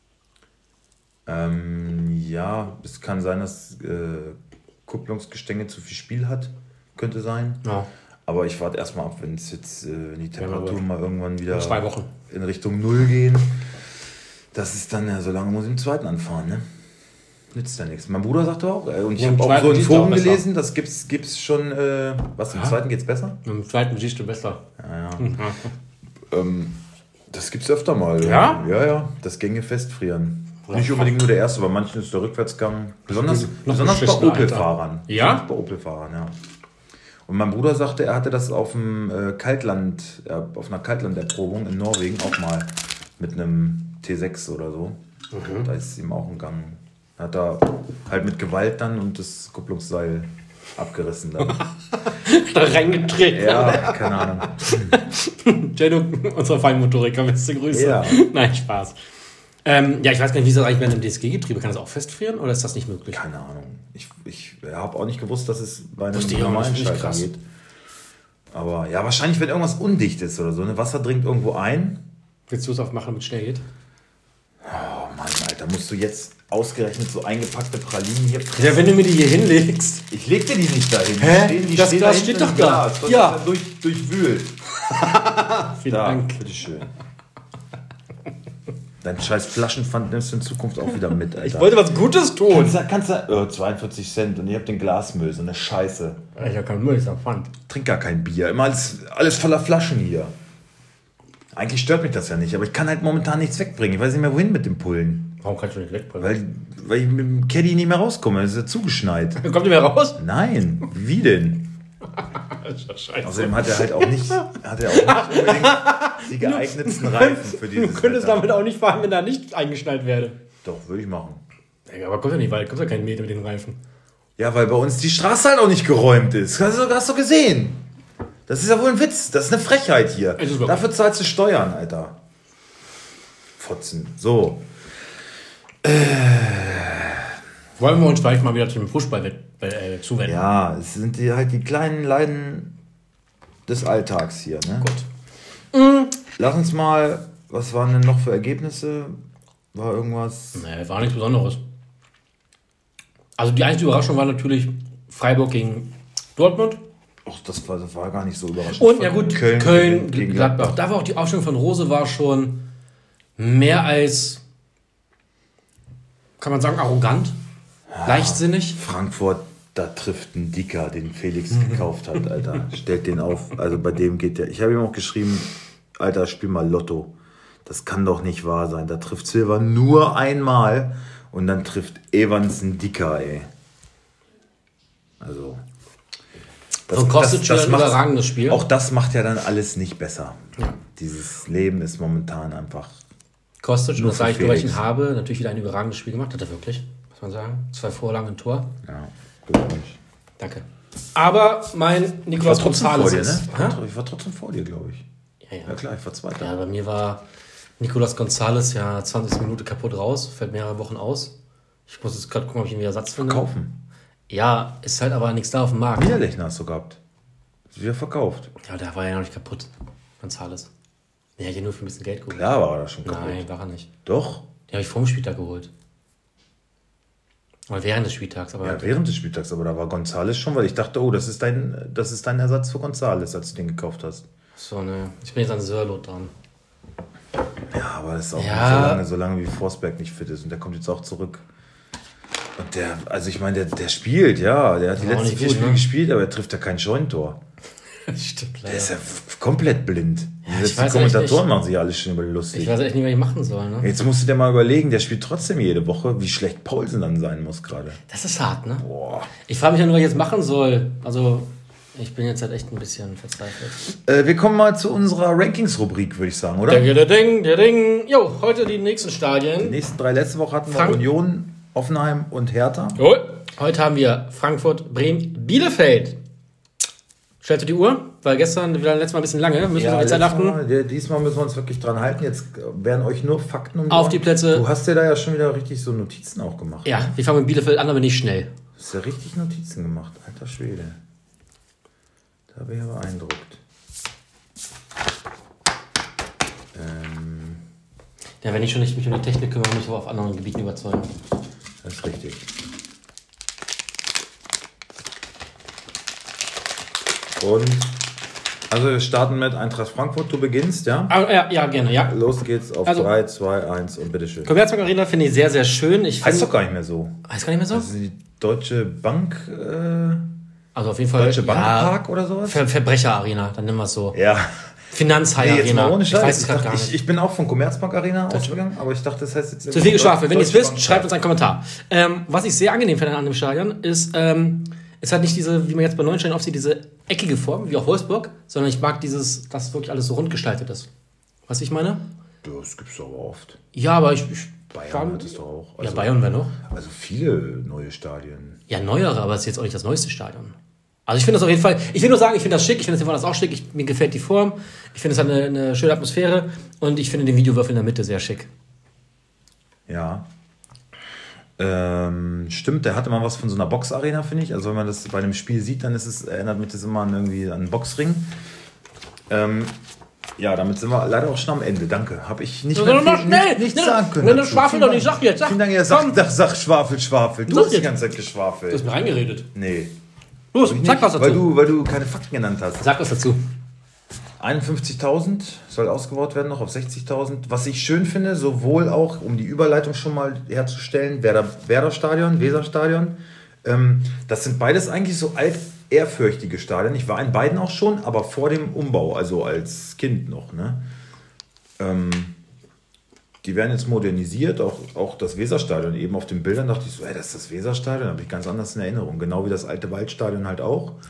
Ähm, ja, es kann sein, dass äh, Kupplungsgestänge zu viel Spiel hat. Könnte sein. Ja. Aber ich warte erstmal ab, wenn es jetzt, äh, wenn die Temperaturen Ja, mal irgendwann wieder in zwei Wochen. in Richtung Null gehen. Das ist dann, ja, so lange muss ich im zweiten anfahren, ne? Nützt ja nichts. Mein Bruder sagte auch, äh, und ich Ja, habe im auch zweiten so in geht's auch Foren besser. gelesen, das gibt's, gibt's schon, äh, was, im Ja. zweiten geht's besser? Im zweiten siehst du besser. Ja, ja. ähm, das gibt's öfter mal. Ja? Ja, ja, das Gänge festfrieren. Nicht unbedingt nur der erste, bei manchen ist der Rückwärtsgang. Besonders, Noch besonders bei beschissener, Opel-Fahrern. Ja? Besonders Bei Opel-Fahrern, ja. Und mein Bruder sagte, er hatte das auf dem äh, Kaltland, äh, auf einer Kaltlanderprobung in Norwegen auch mal mit einem T sechs oder so. Mhm. Da ist ihm auch ein Gang. Hat er halt mit Gewalt dann und das Kupplungsseil abgerissen dann. Da reingetreten. Ja, keine Ahnung. Jado, unser Feinmotoriker, beste Grüße. Ja. Nein, Spaß. Ähm, ja, ich weiß gar nicht, wie ist das eigentlich mit einem D S G-Getriebe? Kann das auch festfrieren oder ist das nicht möglich? Keine Ahnung. Ich, ich habe auch nicht gewusst, dass es bei einem Wusste ich auch normalen nicht, finde ich Schalter krass. geht. Aber ja, wahrscheinlich, wenn irgendwas undicht ist oder so. Ne? Wasser dringt irgendwo ein. Willst du es aufmachen, damit es schnell geht? Oh Mann, Alter, musst du jetzt ausgerechnet so eingepackte Pralinen hier pressen? Ja, wenn du mir die hier hinlegst. Ich leg dir die nicht dahin. Die Hä? Stehen, die Das stehen Glas hinten steht im doch da. Glas. Das Ja. ist dann durch, durchwühlt. Vielen Da, Dank. bitteschön. Dein scheiß Flaschenpfand nimmst du in Zukunft auch wieder mit, Alter. Ich wollte was Gutes tun. Kannst du, kannst du, oh, zweiundvierzig Cent und ihr habt den Glasmüll, so eine Scheiße. Ich habe keinen Müll, ich habe Pfand. Trink gar kein Bier. Immer alles, alles voller Flaschen hier. Eigentlich stört mich das ja nicht, aber ich kann halt momentan nichts wegbringen. Ich weiß nicht mehr, wohin mit dem Pullen. Warum kannst du nicht wegbringen? Weil, weil ich mit dem Caddy nicht mehr rauskomme. Das ist ja zugeschneit. Kommt ihr mehr raus? Nein, wie denn? Scheiße. Außerdem hat er halt auch nicht, hat er auch nicht unbedingt die geeignetsten Reifen für dieses Du könntest Wetter. damit auch nicht fahren, wenn da nicht eingeschnallt werde. Doch, würde ich machen. Ja, aber kommt ja nicht weit, kommt ja kein Meter mit den Reifen. Ja, weil bei uns die Straße halt auch nicht geräumt ist. Hast du, hast du gesehen? Das ist ja wohl ein Witz. Das ist eine Frechheit hier. Dafür zahlst du Steuern, Alter. Fotzen. So. Wollen wir uns vielleicht mal wieder zum Fußball äh, zuwenden? Ja, es sind die, halt die kleinen Leiden des Alltags hier. Ne? Gut. Mhm. Lass uns mal, was waren denn noch für Ergebnisse? War irgendwas? Nee, war nichts Besonderes. Also die einzige Überraschung war natürlich Freiburg gegen Dortmund. Ach, das war, das war gar nicht so überraschend. Und ja gut, Köln, Köln gegen Gladbach. Gladbach. Da war auch die Aufstellung von Rose war schon mehr als, kann man sagen, arrogant, ja, leichtsinnig. Frankfurt, da trifft ein Dicker, den Felix gekauft hat, Alter. Stellt den auf. Also bei dem geht der. Ich habe ihm auch geschrieben, Alter, spiel mal Lotto. Das kann doch nicht wahr sein. Da trifft Silva nur einmal und dann trifft Evans ein Dicker, ey. Also. Das, und kostet schon ein macht, überragendes Spiel. Auch das macht ja dann alles nicht besser. Ja. Dieses Leben ist momentan einfach. Kostet schon, das sage ich nur, weil ich ihn Felix. habe, natürlich wieder ein überragendes Spiel gemacht. Hat er wirklich, muss man sagen. Zwei Vorlagen, ein Tor. Ja, Glückwunsch. Danke. Aber mein Nicolas González ist... Hä? Ich war trotzdem vor dir, glaube ich. Ja, ja. Ja klar, ich war Zweiter. Ja, bei mir war Nicolas González ja zwanzig Minuten kaputt raus, fällt mehrere Wochen aus. Ich muss jetzt gerade gucken, ob ich ihn wieder Ersatz finde. Kaufen. Ja, ist halt aber nichts da auf dem Markt. Niederlechner hast du gehabt. Ist wieder verkauft. Ja, der war ja noch nicht kaputt. González. Der hat ja nur für ein bisschen Geld geholt. Klar war er schon kaputt. Nein, war er nicht. Doch. Den habe ich vor dem Spieltag geholt. Oder während des Spieltags. Aber Ja, während des Spieltags, aber da war González schon, weil ich dachte, oh, das ist dein, das ist dein Ersatz für González, als du den gekauft hast. So, ne. Ich bin jetzt an Sörlot dran. Ja, aber das ist auch Ja. nicht so lange, so lange wie Forsberg nicht fit ist und der kommt jetzt auch zurück. Und der, also ich meine, der, der spielt, ja, der hat die War auch letzten nicht vier gut, Spiele ne? gespielt, aber er trifft ja kein Scheunentor. Stimmt, leider. Der ist ja f- komplett blind. Ja, Selbst ich die weiß echt Kommentatoren nicht. machen sich alle schon über lustig. Ich weiß echt nicht, was ich machen soll, ne? Jetzt musst du dir mal überlegen, der spielt trotzdem jede Woche, wie schlecht Paulsen dann sein muss gerade. Das ist hart, ne? Boah. Ich frage mich ja nur, was ich jetzt machen soll. Also, ich bin jetzt halt echt ein bisschen verzweifelt. Äh, wir kommen mal zu unserer Rankings-Rubrik, würde ich sagen, oder? Der, der Ding, der Ding. Jo, heute die nächsten Die Stadien. nächsten drei letzte Woche hatten wir Frank- Union, Offenheim und Hertha. Jo. Heute haben wir Frankfurt, Bremen, Bielefeld. Stellst du die Uhr? Weil gestern, wir waren letztes Mal ein bisschen lange. Müssen wir auf die Zeit letztes achten. Mal, der- diesmal müssen wir uns wirklich dran halten. Jetzt werden euch nur Fakten um Auf Ohren. die Plätze. Du hast dir da ja schon wieder richtig so Notizen auch gemacht. Ja, wir fangen mit Bielefeld an, aber nicht schnell. Du hast ja richtig Notizen gemacht. Alter Schwede. Da bin ich aber beeindruckt. Ähm, Ja, wenn ich schon nicht mich um die Technik kümmere, muss ich aber auf anderen Gebieten überzeugen. das ist richtig. Und also wir starten mit Eintracht Frankfurt. Du beginnst, ja? Ah, ja, ja, gerne, ja. Los geht's auf Also- drei, zwei, eins und bitteschön. Commerzbank Arena finde ich sehr, sehr schön. Ich Heißt find- doch gar nicht mehr so. Heißt gar nicht mehr so? Das ist die Deutsche Bank, äh, Also auf jeden Fall. Deutsche ja, Bankpark oder sowas? Ver Verbrecher Arena, dann nennen wir es so. Ja. Finanzhai Nee, jetzt Arena. mal ohne ich Scheiß. weiß es Ich, gerade dachte, gar ich, nicht. ich bin auch von Commerzbank Arena ausgegangen, aber ich dachte, das heißt jetzt... Zu viel geschwafelt. Wenn ihr es Deutsche wisst, Bank. schreibt uns einen Kommentar. Ähm, was ich sehr angenehm finde an dem Stadion, ist, ähm, es hat nicht diese, wie man jetzt bei neuen Stadien aufsieht, diese eckige Form, wie auch Wolfsburg, sondern ich mag dieses, dass wirklich alles so rund gestaltet ist. Was ich meine? Das gibt's aber oft. Ja, aber ich... ich Bayern hat es doch auch. ja, Also, Bayern wäre noch. Also viele neue Stadien. Ja, neuere, aber es ist jetzt auch nicht das neueste Stadion. Also ich finde das auf jeden Fall, ich will nur sagen, ich finde das schick, ich finde das auch schick, ich, mir gefällt die Form, ich finde es hat eine, eine schöne Atmosphäre und ich finde den Videowürfel in der Mitte sehr schick. Ja. Ähm, stimmt, der hatte mal was von so einer Boxarena, finde ich. Also wenn man das bei einem Spiel sieht, dann ist es, erinnert mich das immer an irgendwie an einen Boxring. Ähm, ja, damit sind wir leider auch schon am Ende. Danke. Habe ich nicht So, mehr noch viel, schnell. nicht, nichts Ne, sagen können. wenn du dazu. Schwafel Vielen doch Dank. nicht, sag jetzt, sag. Vielen Dank, ja, Komm. sag, sag, sag Schwafel, Schwafel. Du Sag hast die jetzt. ganze Zeit Du geschwafelt. hast mir reingeredet. Nee. Los, Nicht, sag was dazu. weil du, weil du keine Fakten genannt hast. Sag was dazu. einundfünfzigtausend soll ausgebaut werden noch auf sechzigtausend. Was ich schön finde, sowohl auch, um die Überleitung schon mal herzustellen, Werder, Werder Stadion, Weser Stadion. Ähm, das sind beides eigentlich so altehrfürchtige Stadien. Ich war in beiden auch schon, aber vor dem Umbau, also als Kind noch. Ne? Ähm, die werden jetzt modernisiert, auch, auch das Weserstadion. Eben auf den Bildern dachte ich so, ey, das ist das Weserstadion, habe ich ganz anders in Erinnerung. Genau wie das alte Waldstadion halt auch.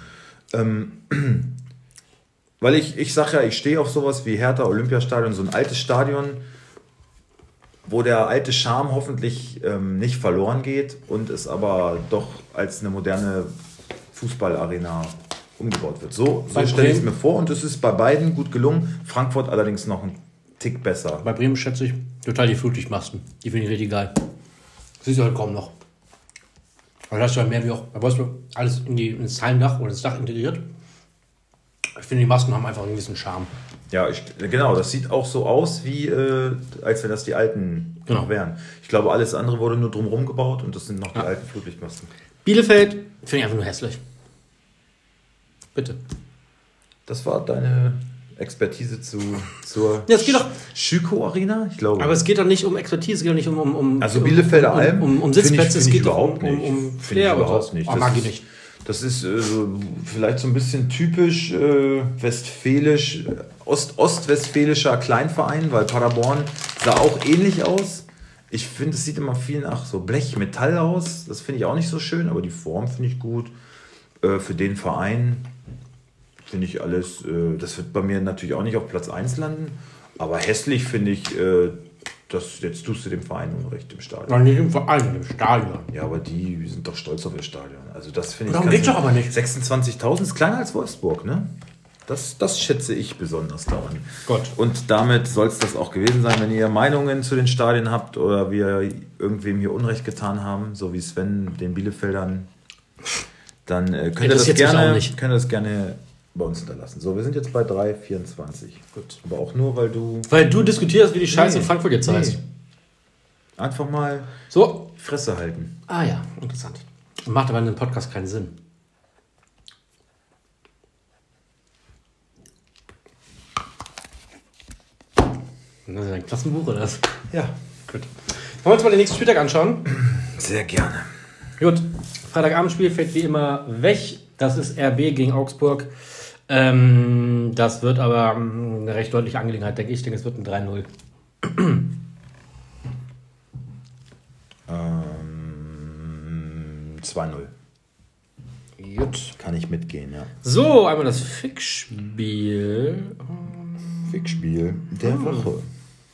Ähm, weil ich, ich sage ja, ich stehe auf sowas wie Hertha Olympiastadion, so ein altes Stadion, wo der alte Charme hoffentlich ähm, nicht verloren geht und es aber doch als eine moderne Fußballarena umgebaut wird. So, so stelle ich es mir vor und es ist bei beiden gut gelungen. Frankfurt allerdings noch ein Tick besser. Bei Bremen schätze ich total die Flutlichtmasten. Die finde ich richtig geil. Das siehst du halt kaum noch. Aber da hast du halt mehr wie auch bei Wolfsburg alles in die, ins Heimdach oder ins Dach integriert. Ich finde, die Masken haben einfach einen gewissen Charme. Ja, ich, genau, das sieht auch so aus, wie äh, als wenn das die alten genau. noch wären. Ich glaube, alles andere wurde nur drumherum gebaut und das sind noch die ja. alten Flutlichtmasten. Bielefeld finde ich einfach nur hässlich. Bitte. Das war deine Expertise zu, zur ja, es geht doch, Schüko Arena? Ich glaube. Aber es geht doch nicht um Expertise, es geht doch nicht um... um, um also Bielefelder um, Alm? Um, um, um Sitzplätze, find ich, find es geht doch um, um, um, um Flair oder so. nicht. Oh, Das mag ist, ich nicht. Das ist äh, so, vielleicht so ein bisschen typisch äh, westfälisch, Ost, ostwestfälischer Kleinverein, weil Paderborn sah auch ähnlich aus. Ich finde, es sieht immer viel nach so Blech, Metall aus. Das finde ich auch nicht so schön, aber die Form finde ich gut. Äh, für den Verein finde ich alles, äh, das wird bei mir natürlich auch nicht auf Platz eins landen, aber hässlich finde ich, äh, das, jetzt tust du dem Verein Unrecht im Stadion. Nein, nicht im Verein, im Stadion. Ja, aber die sind doch stolz auf ihr Stadion. Also das finde ich... Darum geht's doch aber nicht. sechsundzwanzigtausend ist kleiner als Wolfsburg, ne? Das, das schätze ich besonders daran. Gott. Und damit soll es das auch gewesen sein, wenn ihr Meinungen zu den Stadien habt oder wir irgendwem hier Unrecht getan haben, so wie Sven den Bielefeldern, dann äh, könnt, ihr das gerne, könnt ihr das gerne bei uns hinterlassen. So, wir sind jetzt bei drei vierundzwanzig. Gut. Aber auch nur, weil du... Weil du diskutierst, wie die Scheiße nee, in Frankfurt jetzt heißt. Nee. Einfach mal so. Fresse halten. Ah ja, interessant. Macht aber in einem Podcast keinen Sinn. Das ist ein Klassenbuch, oder was? Ja. Gut. Wollen wir uns mal den nächsten Spieltag anschauen? Sehr gerne. Gut. Freitagabendspiel fällt wie immer weg. Das ist R B gegen Augsburg. Ähm, das wird aber eine recht deutliche Angelegenheit, denke ich. Ich denke, es wird ein drei null. ähm, zwei null. Gut. Kann ich mitgehen, ja. So, einmal das Fixspiel. Fixspiel der hm. Woche.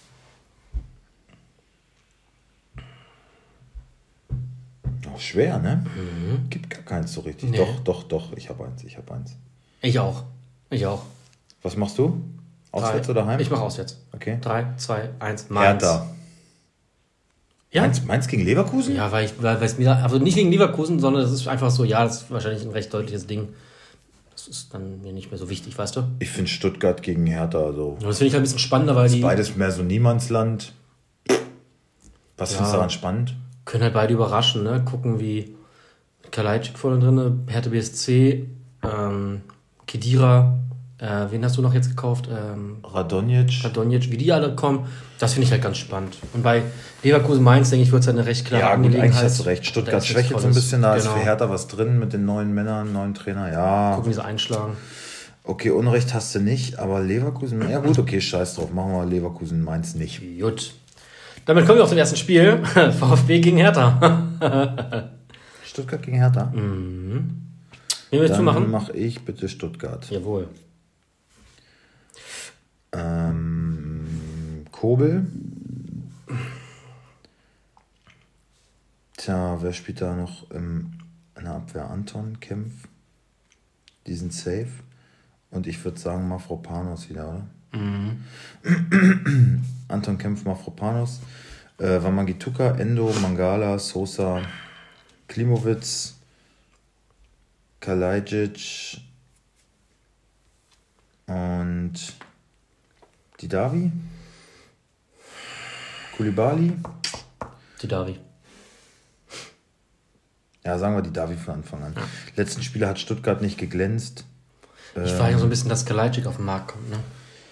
Auch schwer, ne? Mhm. Gibt gar keins so richtig. Nee. Doch, doch, doch. Ich habe eins. Ich habe eins. Ich auch. Ich auch. Was machst du? Auswärts Drei. Oder heim? Ich mache auswärts. Okay. drei, zwei, eins, Mainz. Hertha. Ja? Mainz, Mainz gegen Leverkusen? Ja, weil ich, weil es mir, also nicht gegen Leverkusen, sondern es ist einfach so, ja, das ist wahrscheinlich ein recht deutliches Ding. Das ist dann mir nicht mehr so wichtig, weißt du? Ich finde Stuttgart gegen Hertha so. Das finde ich ein bisschen spannender, weil das die. Ist beides mehr so Niemandsland. Was ja, findest du daran spannend? Können halt beide überraschen, ne? Gucken, wie Kalajdzic vorne drin, Hertha B S C, ähm, Khedira, äh, wen hast du noch jetzt gekauft? Ähm, Radonjic. Radonjic, wie die alle kommen, das finde ich halt ganz spannend. Und bei Leverkusen Mainz, denke ich, wird es halt eine recht klare ja, gut, Angelegenheit. Eigentlich hast du recht. Stuttgart schwächelt so ein bisschen, da genau. Ist für Hertha was drin mit den neuen Männern, neuen Trainer, ja. Gucken, wie sie einschlagen. Okay, Unrecht hast du nicht, aber Leverkusen, ja gut, okay, scheiß drauf, machen wir Leverkusen Mainz nicht. Gut. Damit kommen wir auf zum ersten Spiel. VfB gegen Hertha. Stuttgart gegen Hertha? Mhm. Wen willst du machen? Dann mache ich bitte Stuttgart. Jawohl. Ähm, Kobel. Tja, wer spielt da noch im, in der Abwehr? Anton, Kempf. Die sind safe. Und ich würde sagen Mafropanos wieder, oder? Mhm. Anton Kempf, Mafropanos. Äh, Wamangituka, Endo, Mangala, Sosa, Klimowitz, Kalajdzic und Didavi, Koulibaly. Didavi. Ja, sagen wir Didavi von Anfang an. Ja. Letzten Spieler hat Stuttgart nicht geglänzt. Ich ähm, war ja so ein bisschen, dass Kalajdzic auf den Markt kommt, ne?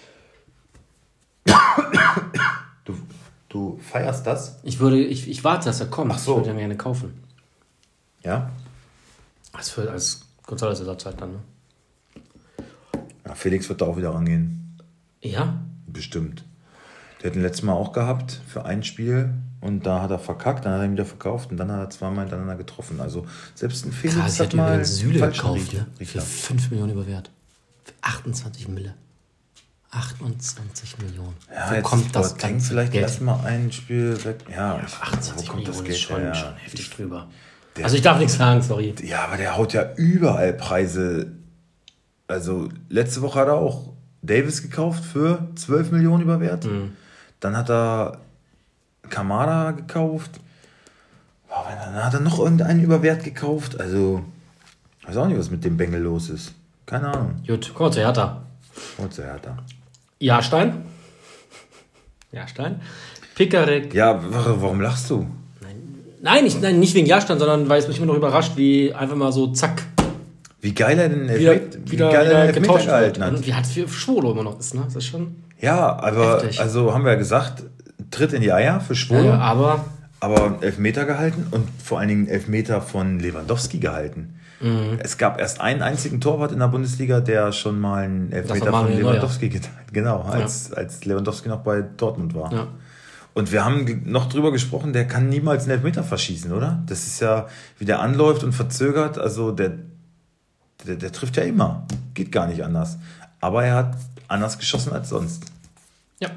Du, du feierst das? Ich würde, ich, ich warte, dass er kommt. Ach so. Ich würde ihn gerne kaufen. Ja? Als, für, als González-Ersatz halt dann, ne? Ja, Felix wird da auch wieder rangehen. Ja? Bestimmt. Wir hatten letztes Mal auch gehabt für ein Spiel und da hat er verkackt, dann hat er ihn wieder verkauft und dann hat er zweimal hintereinander getroffen. Also selbst ein Felix Krass, ich hat hatte mal übrigens Süle falschen gekauft, Riecher. ne? Für fünf Millionen überwert. Für achtundzwanzig Mille. achtundzwanzig Millionen. Ja, Wo jetzt kommt das Boateng ganze vielleicht Geld? erstmal ein Spiel weg. Ja, ich, achtundzwanzig wo kommt Millionen das ist Geld schon, her? schon heftig drüber. Der- Also ich darf nichts sagen, sorry. Ja, aber der haut ja überall Preise. Also letzte Woche hat er auch Davis gekauft für zwölf Millionen überwert. Mhm. Dann hat er Kamada gekauft. Boah, dann hat er noch irgendeinen Überwert gekauft. Also, ich weiß auch nicht, was mit dem Bengel los ist. Keine Ahnung. Gut, kommen wir zu Hertha. Und so Hertha. Jahrstein. Jahrstein. Pickerick. Ja, wa- warum lachst du? Nein, nicht, nein, nicht wegen Jahrstein, sondern weil es mich immer noch überrascht, wie einfach mal so zack Wie geil er den wieder, Elfmeter, wie wieder, geil er wieder den Elfmeter getauscht wird. gehalten hat. Und wie hat für Schwolo immer noch ist, ne? Das ist schon. Ja, aber Heftig. also haben wir ja gesagt, Tritt in die Eier für Ja, Schwolo. ja, aber Aber Elfmeter gehalten und vor allen Dingen Elfmeter von Lewandowski gehalten. Mhm. Es gab erst einen einzigen Torwart in der Bundesliga, der schon mal einen Elfmeter war von Manuel Lewandowski geteilt hat. Genau, als, als Lewandowski noch bei Dortmund war. ja. Und wir haben ge- noch drüber gesprochen, der kann niemals einen Elfmeter verschießen, oder? Das ist ja, wie der anläuft und verzögert, also der, der, der trifft ja immer. Geht gar nicht anders. Aber er hat anders geschossen als sonst. ja.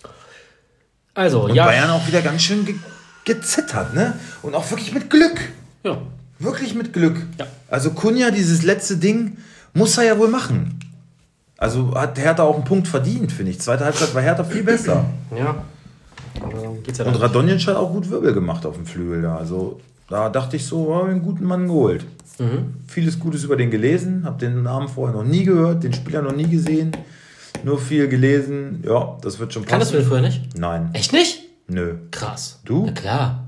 Also, Und ja. Bayern auch wieder ganz schön ge gezittert, ne? Und auch wirklich mit Glück. Ja. Wirklich mit Glück. Ja. Also Kunja, dieses letzte Ding, muss er ja wohl machen. Also hat Hertha auch einen Punkt verdient, finde ich. Zweite Halbzeit war Hertha viel besser. Ja. Aber geht's ja Und dann. Radonjic hat auch gut Wirbel gemacht auf dem Flügel da. Also da dachte ich so, oh, einen guten Mann geholt. Mhm. Vieles Gutes über den gelesen, habe den Namen vorher noch nie gehört, den Spieler noch nie gesehen. Nur viel gelesen. Ja, das wird schon passen. Kanntest du den vorher nicht? Nein. Echt nicht? Nö. Krass. Du? Na klar.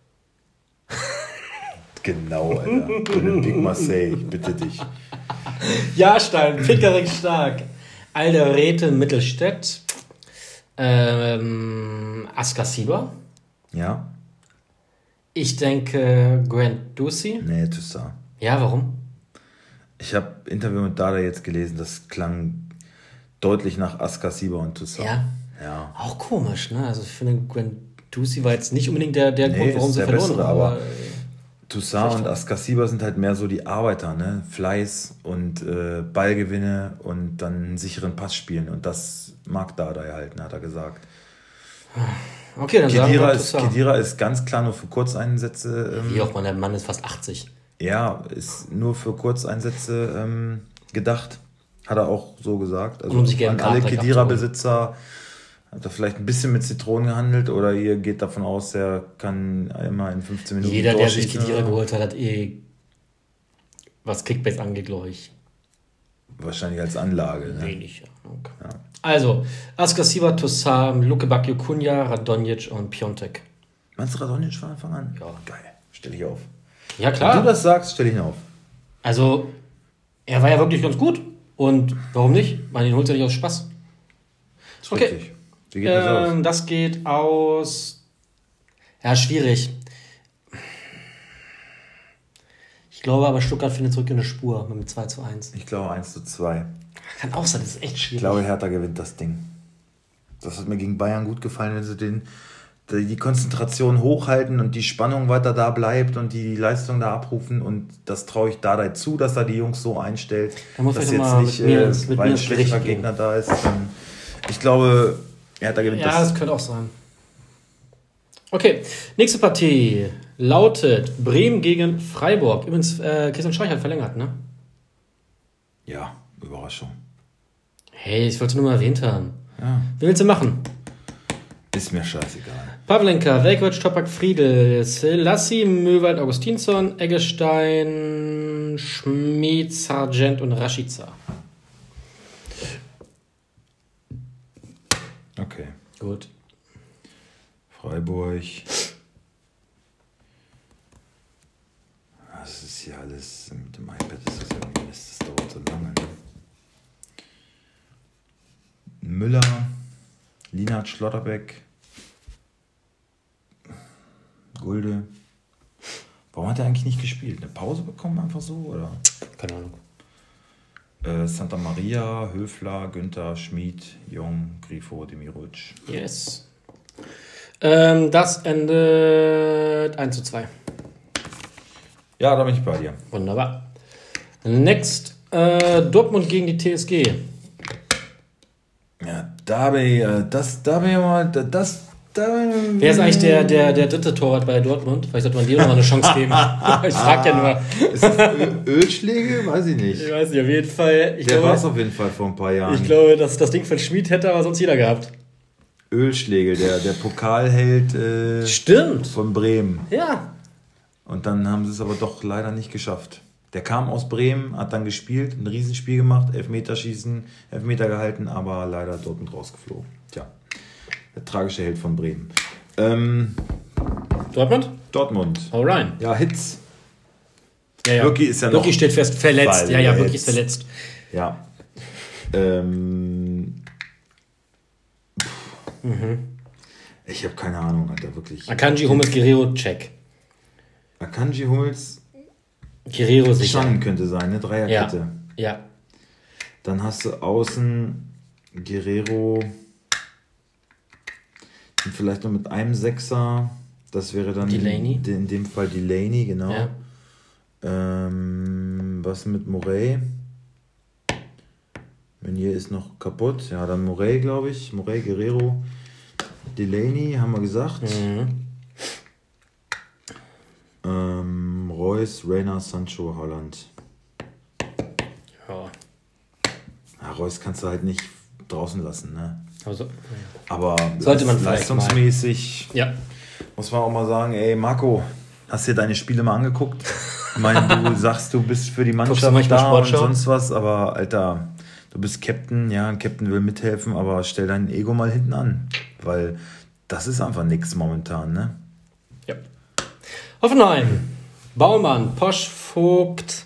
Genau, Alter. Olympique Marseille, ich bitte dich. Jahrstein, Pickerick stark. Alderete Mittelstädt. Ähm, Askasiba. Ja? Ich denke Grant Ducey. Nee, Toussaint. Ja, warum? Ich habe Interview mit Dada jetzt gelesen, das klang deutlich nach Askasiba und Toussaint. Ja. Ja. Auch komisch, ne? Also ich finde, Grant Ducey war jetzt nicht unbedingt der, der Nee, Grund, warum ist sie der verloren Bessere, haben. aber Toussaint und Askasiba sind halt mehr so die Arbeiter, ne? Fleiß und äh, Ballgewinne und dann einen sicheren Pass spielen. Und das mag Dada erhalten, hat er gesagt. Okay, dann sagen Khedira wir ist, Toussaint. Khedira ist ganz klar nur für Kurzeinsätze. Ähm, Wie auch man, der Mann ist fast achtzig. Ja, ist nur für Kurzeinsätze ähm, gedacht. Hat er auch so gesagt. Also Und um sich gerne an alle Karte direkt Khedira-Besitzer hat er vielleicht ein bisschen mit Zitronen gehandelt oder ihr geht davon aus, er kann immer in fünfzehn Minuten Jeder, der sich durchschießen, Khedira oder? geholt hat, hat eh, was Kickbase angeht, glaube ich, Wahrscheinlich als Anlage. Ne? wenig. Okay. Also, Askasiba, Toussaint, Luke Bacchio, Cunha, Radonjic und Piontek. Meinst du Radonjic von Anfang an? Ja. Geil, stell ich auf. Ja, Wenn du klar. das sagst, stell ich ihn auf. Also, er war ja wirklich ganz gut. Und warum nicht? Man, den holt ja nicht aus Spaß. Ist Okay. richtig. Wie geht das aus? Ähm, das geht aus. Ja, schwierig. Ich glaube aber, Stuttgart findet zurück in eine Spur mit dem zwei zu eins. Ich glaube eins zu zwei. Kann auch sein, das ist echt Ich schwierig. glaube, Hertha gewinnt das Ding. Das hat mir gegen Bayern gut gefallen, wenn sie den, die die Konzentration hochhalten und die Spannung weiter da bleibt und die Leistung da abrufen. Und das traue ich Dardai zu, dass er die Jungs so einstellt, Da muss dass vielleicht jetzt mal nicht, mit mir äh, ins- mit weil mir ein ins schwächerer Gericht gehen. Gegner da ist. Dann, ich glaube, Hertha gewinnt Ja, das. das könnte auch sein. Okay, nächste Partie lautet Bremen gegen Freiburg. Übrigens, äh, Christian Streich hat verlängert, ne? Ja, Überraschung. Hey, ich wollte nur mal erwähnt haben. Ja, Wie willst du machen? ist mir scheißegal. Pavlenka, Velkovic, Topak, Friedel, Selassie, Möwald, Augustinsson, Eggestein, Schmid, Sargent und Rashica. Okay. Gut. Freiburg. Das ist hier alles mit dem iPad, ist das irgendwie, das dauert so lange. Ne? Müller, Lienhardt, Schlotterbeck, Gulde. Warum hat er eigentlich nicht gespielt? Eine Pause bekommen einfach so? Oder? Keine Ahnung. Äh, Santa Maria, Höfler, Günther, Schmid, Jung, Grifo, Demirovic. Yes. Ähm, das endet eins zu zwei. Ja, da bin ich bei dir. Wunderbar. Next, äh, Dortmund gegen die T S G. Ja, da bin ich, äh, das, da bin ich mal, da- das, da bin ich, Wer ist eigentlich der, der, der dritte Torwart bei Dortmund? Vielleicht sollte man dir noch mal eine Chance geben. Ich frag ja nur. Ist das Ö- Ölschläge? Weiß ich nicht. Ich weiß nicht, auf jeden Fall. Ich Der war es glaube, auf jeden Fall vor ein paar Jahren. ich glaube, dass das Ding von Schmid hätte aber sonst jeder gehabt. Ölschläge, der, der Pokalheld äh, Stimmt. von Bremen. Ja. Und dann haben sie es aber doch leider nicht geschafft. Der kam aus Bremen, hat dann gespielt, ein Riesenspiel gemacht, Elfmeterschießen, Elfmeter gehalten, aber leider Dortmund rausgeflogen. Tja, der tragische Held von Bremen. Ähm, Dortmund? Dortmund. Hau rein. Ja, Hitz. Ja, ja. Birki ist ja noch Birki steht fest, verletzt. verletzt. Ja, ja, Birki ist verletzt. Ja. Ähm, Mhm. Ich habe keine Ahnung, Alter, wirklich. Akanji, Hummels, Guerrero, check. Akanji, Hummels, Guerrero sicher. Chan könnte sein, ne? Dreierkette. Ja. Ja. Dann hast du außen Guerrero und vielleicht noch mit einem Sechser. Das wäre dann Delaney. In, in dem Fall Delaney, genau. Ja. Ähm, was mit Morey? Meunier ist noch kaputt. Ja, dann Morey, glaube ich. Morey, Guerrero, Delaney, haben wir gesagt. Mhm. Ähm, Reus, Reina, Sancho, Holland. Ja. Ja, Reus kannst du halt nicht draußen lassen, ne? Also, Aber sollte man vielleicht leistungsmäßig mal. Ja. muss man auch mal sagen, ey Marco, hast dir deine Spiele mal angeguckt? Ich meine, du sagst, du bist für die Guckst du Mannschaft manchmal da und Sportschau? sonst was, aber Alter, du bist Captain, ja, ein Captain will mithelfen, aber stell dein Ego mal hinten an, weil das ist einfach nichts momentan, ne? Ja. Hoffenheim. Baumann, Posch, Vogt.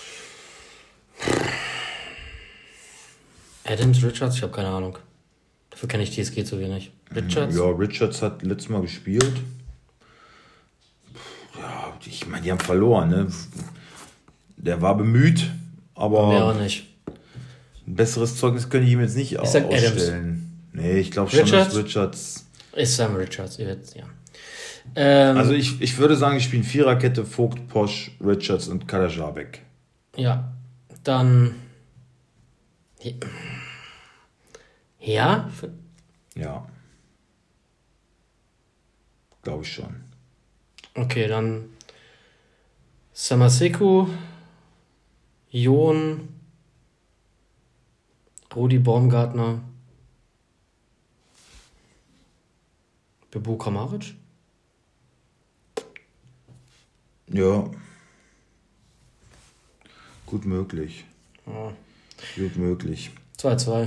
Adams, Richards, ich habe keine Ahnung. Dafür kenne ich T S G zu wenig. Richards? Ja, Richards hat letztes Mal gespielt. Ja, ich meine, die haben verloren, ne? Der war bemüht, aber Mehr auch nicht. ein besseres Zeugnis könnte ich ihm jetzt nicht Ich sag ausstellen. Nee, ich glaube schon, Richards? dass Richards... Ist Sam Richards, ihr wisst, ja. Ähm, Also ich, ich würde sagen, die spielen Viererkette, Vogt, Posch, Richards und Kadajabek. ja, dann. Ja? Ja. Glaube ich schon. Okay, dann Samaseku, Jon, Rudi Baumgartner, Bebu Kramaric? Ja. Gut möglich. Ja. Gut möglich. zwei zwei.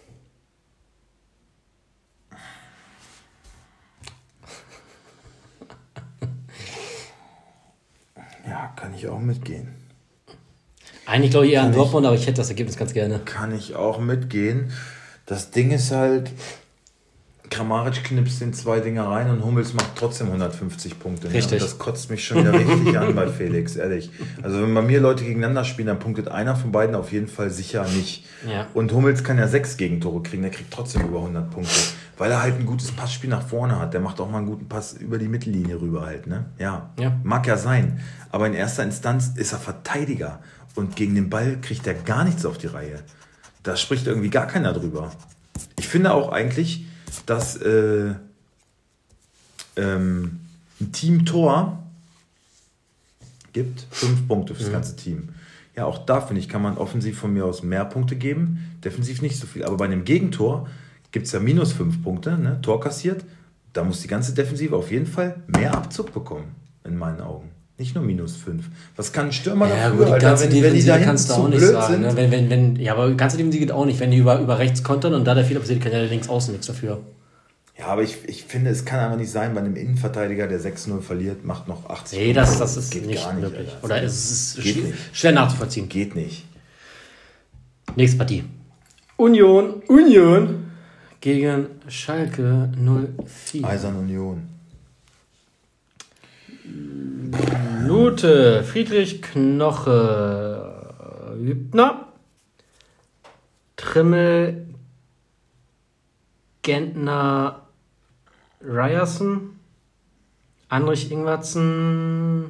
Ja, kann ich auch mitgehen. Eigentlich glaube ich eher an Kann ich- Dortmund, aber ich hätte das Ergebnis ganz gerne. Kann ich auch mitgehen. Das Ding ist halt, Kramaric knipst den zwei Dinger rein und Hummels macht trotzdem hundertfünfzig Punkte. Ne? Richtig. Und das kotzt mich schon wieder richtig an bei Felix, ehrlich. Also wenn bei mir Leute gegeneinander spielen, dann punktet einer von beiden auf jeden Fall sicher nicht. Ja. Und Hummels kann ja sechs Gegentore kriegen, der kriegt trotzdem über hundert Punkte. Weil er halt ein gutes Passspiel nach vorne hat. Der macht auch mal einen guten Pass über die Mittellinie rüber halt. Ne? Ja. Ja. Mag ja sein. Aber in erster Instanz ist er Verteidiger. Und gegen den Ball kriegt er gar nichts auf die Reihe. Da spricht irgendwie gar keiner drüber. Ich finde auch eigentlich, dass äh, ähm, ein Team-Tor gibt fünf Punkte fürs Mhm. ganze Team. Ja, auch da finde ich, kann man offensiv von mir aus mehr Punkte geben, defensiv nicht so viel. Aber bei einem Gegentor gibt es ja minus fünf Punkte, ne? Tor kassiert. Da muss die ganze Defensive auf jeden Fall mehr Abzug bekommen, in meinen Augen. Nicht nur minus fünf. Was kann ein Stürmer Ja, dafür, gut, die Alter, ganze wenn, wenn die Defensive da hinten kannst du zu auch nicht blöd sagen. sind? Ne? Wenn, wenn, wenn, ja, aber ganze Defensive geht auch nicht. Wenn die über, über rechts kontern und da der Fehler passiert, kann ja der links außen nichts dafür. Ja, aber ich, ich finde, es kann einfach nicht sein, bei einem Innenverteidiger, der sechs null verliert, macht noch achtzig. Nee, das, das ist geht nicht gar nicht, möglich. Alter. Oder es ist Geht sch- nicht. schwer nachzuvollziehen. Geht nicht. Nächste Partie. Union, Union gegen Schalke null vier. Eisern Union. Lute, Friedrich Knoche, Hübner, Trimmel, Gentner, Ryerson, Andrich Ingwertsen,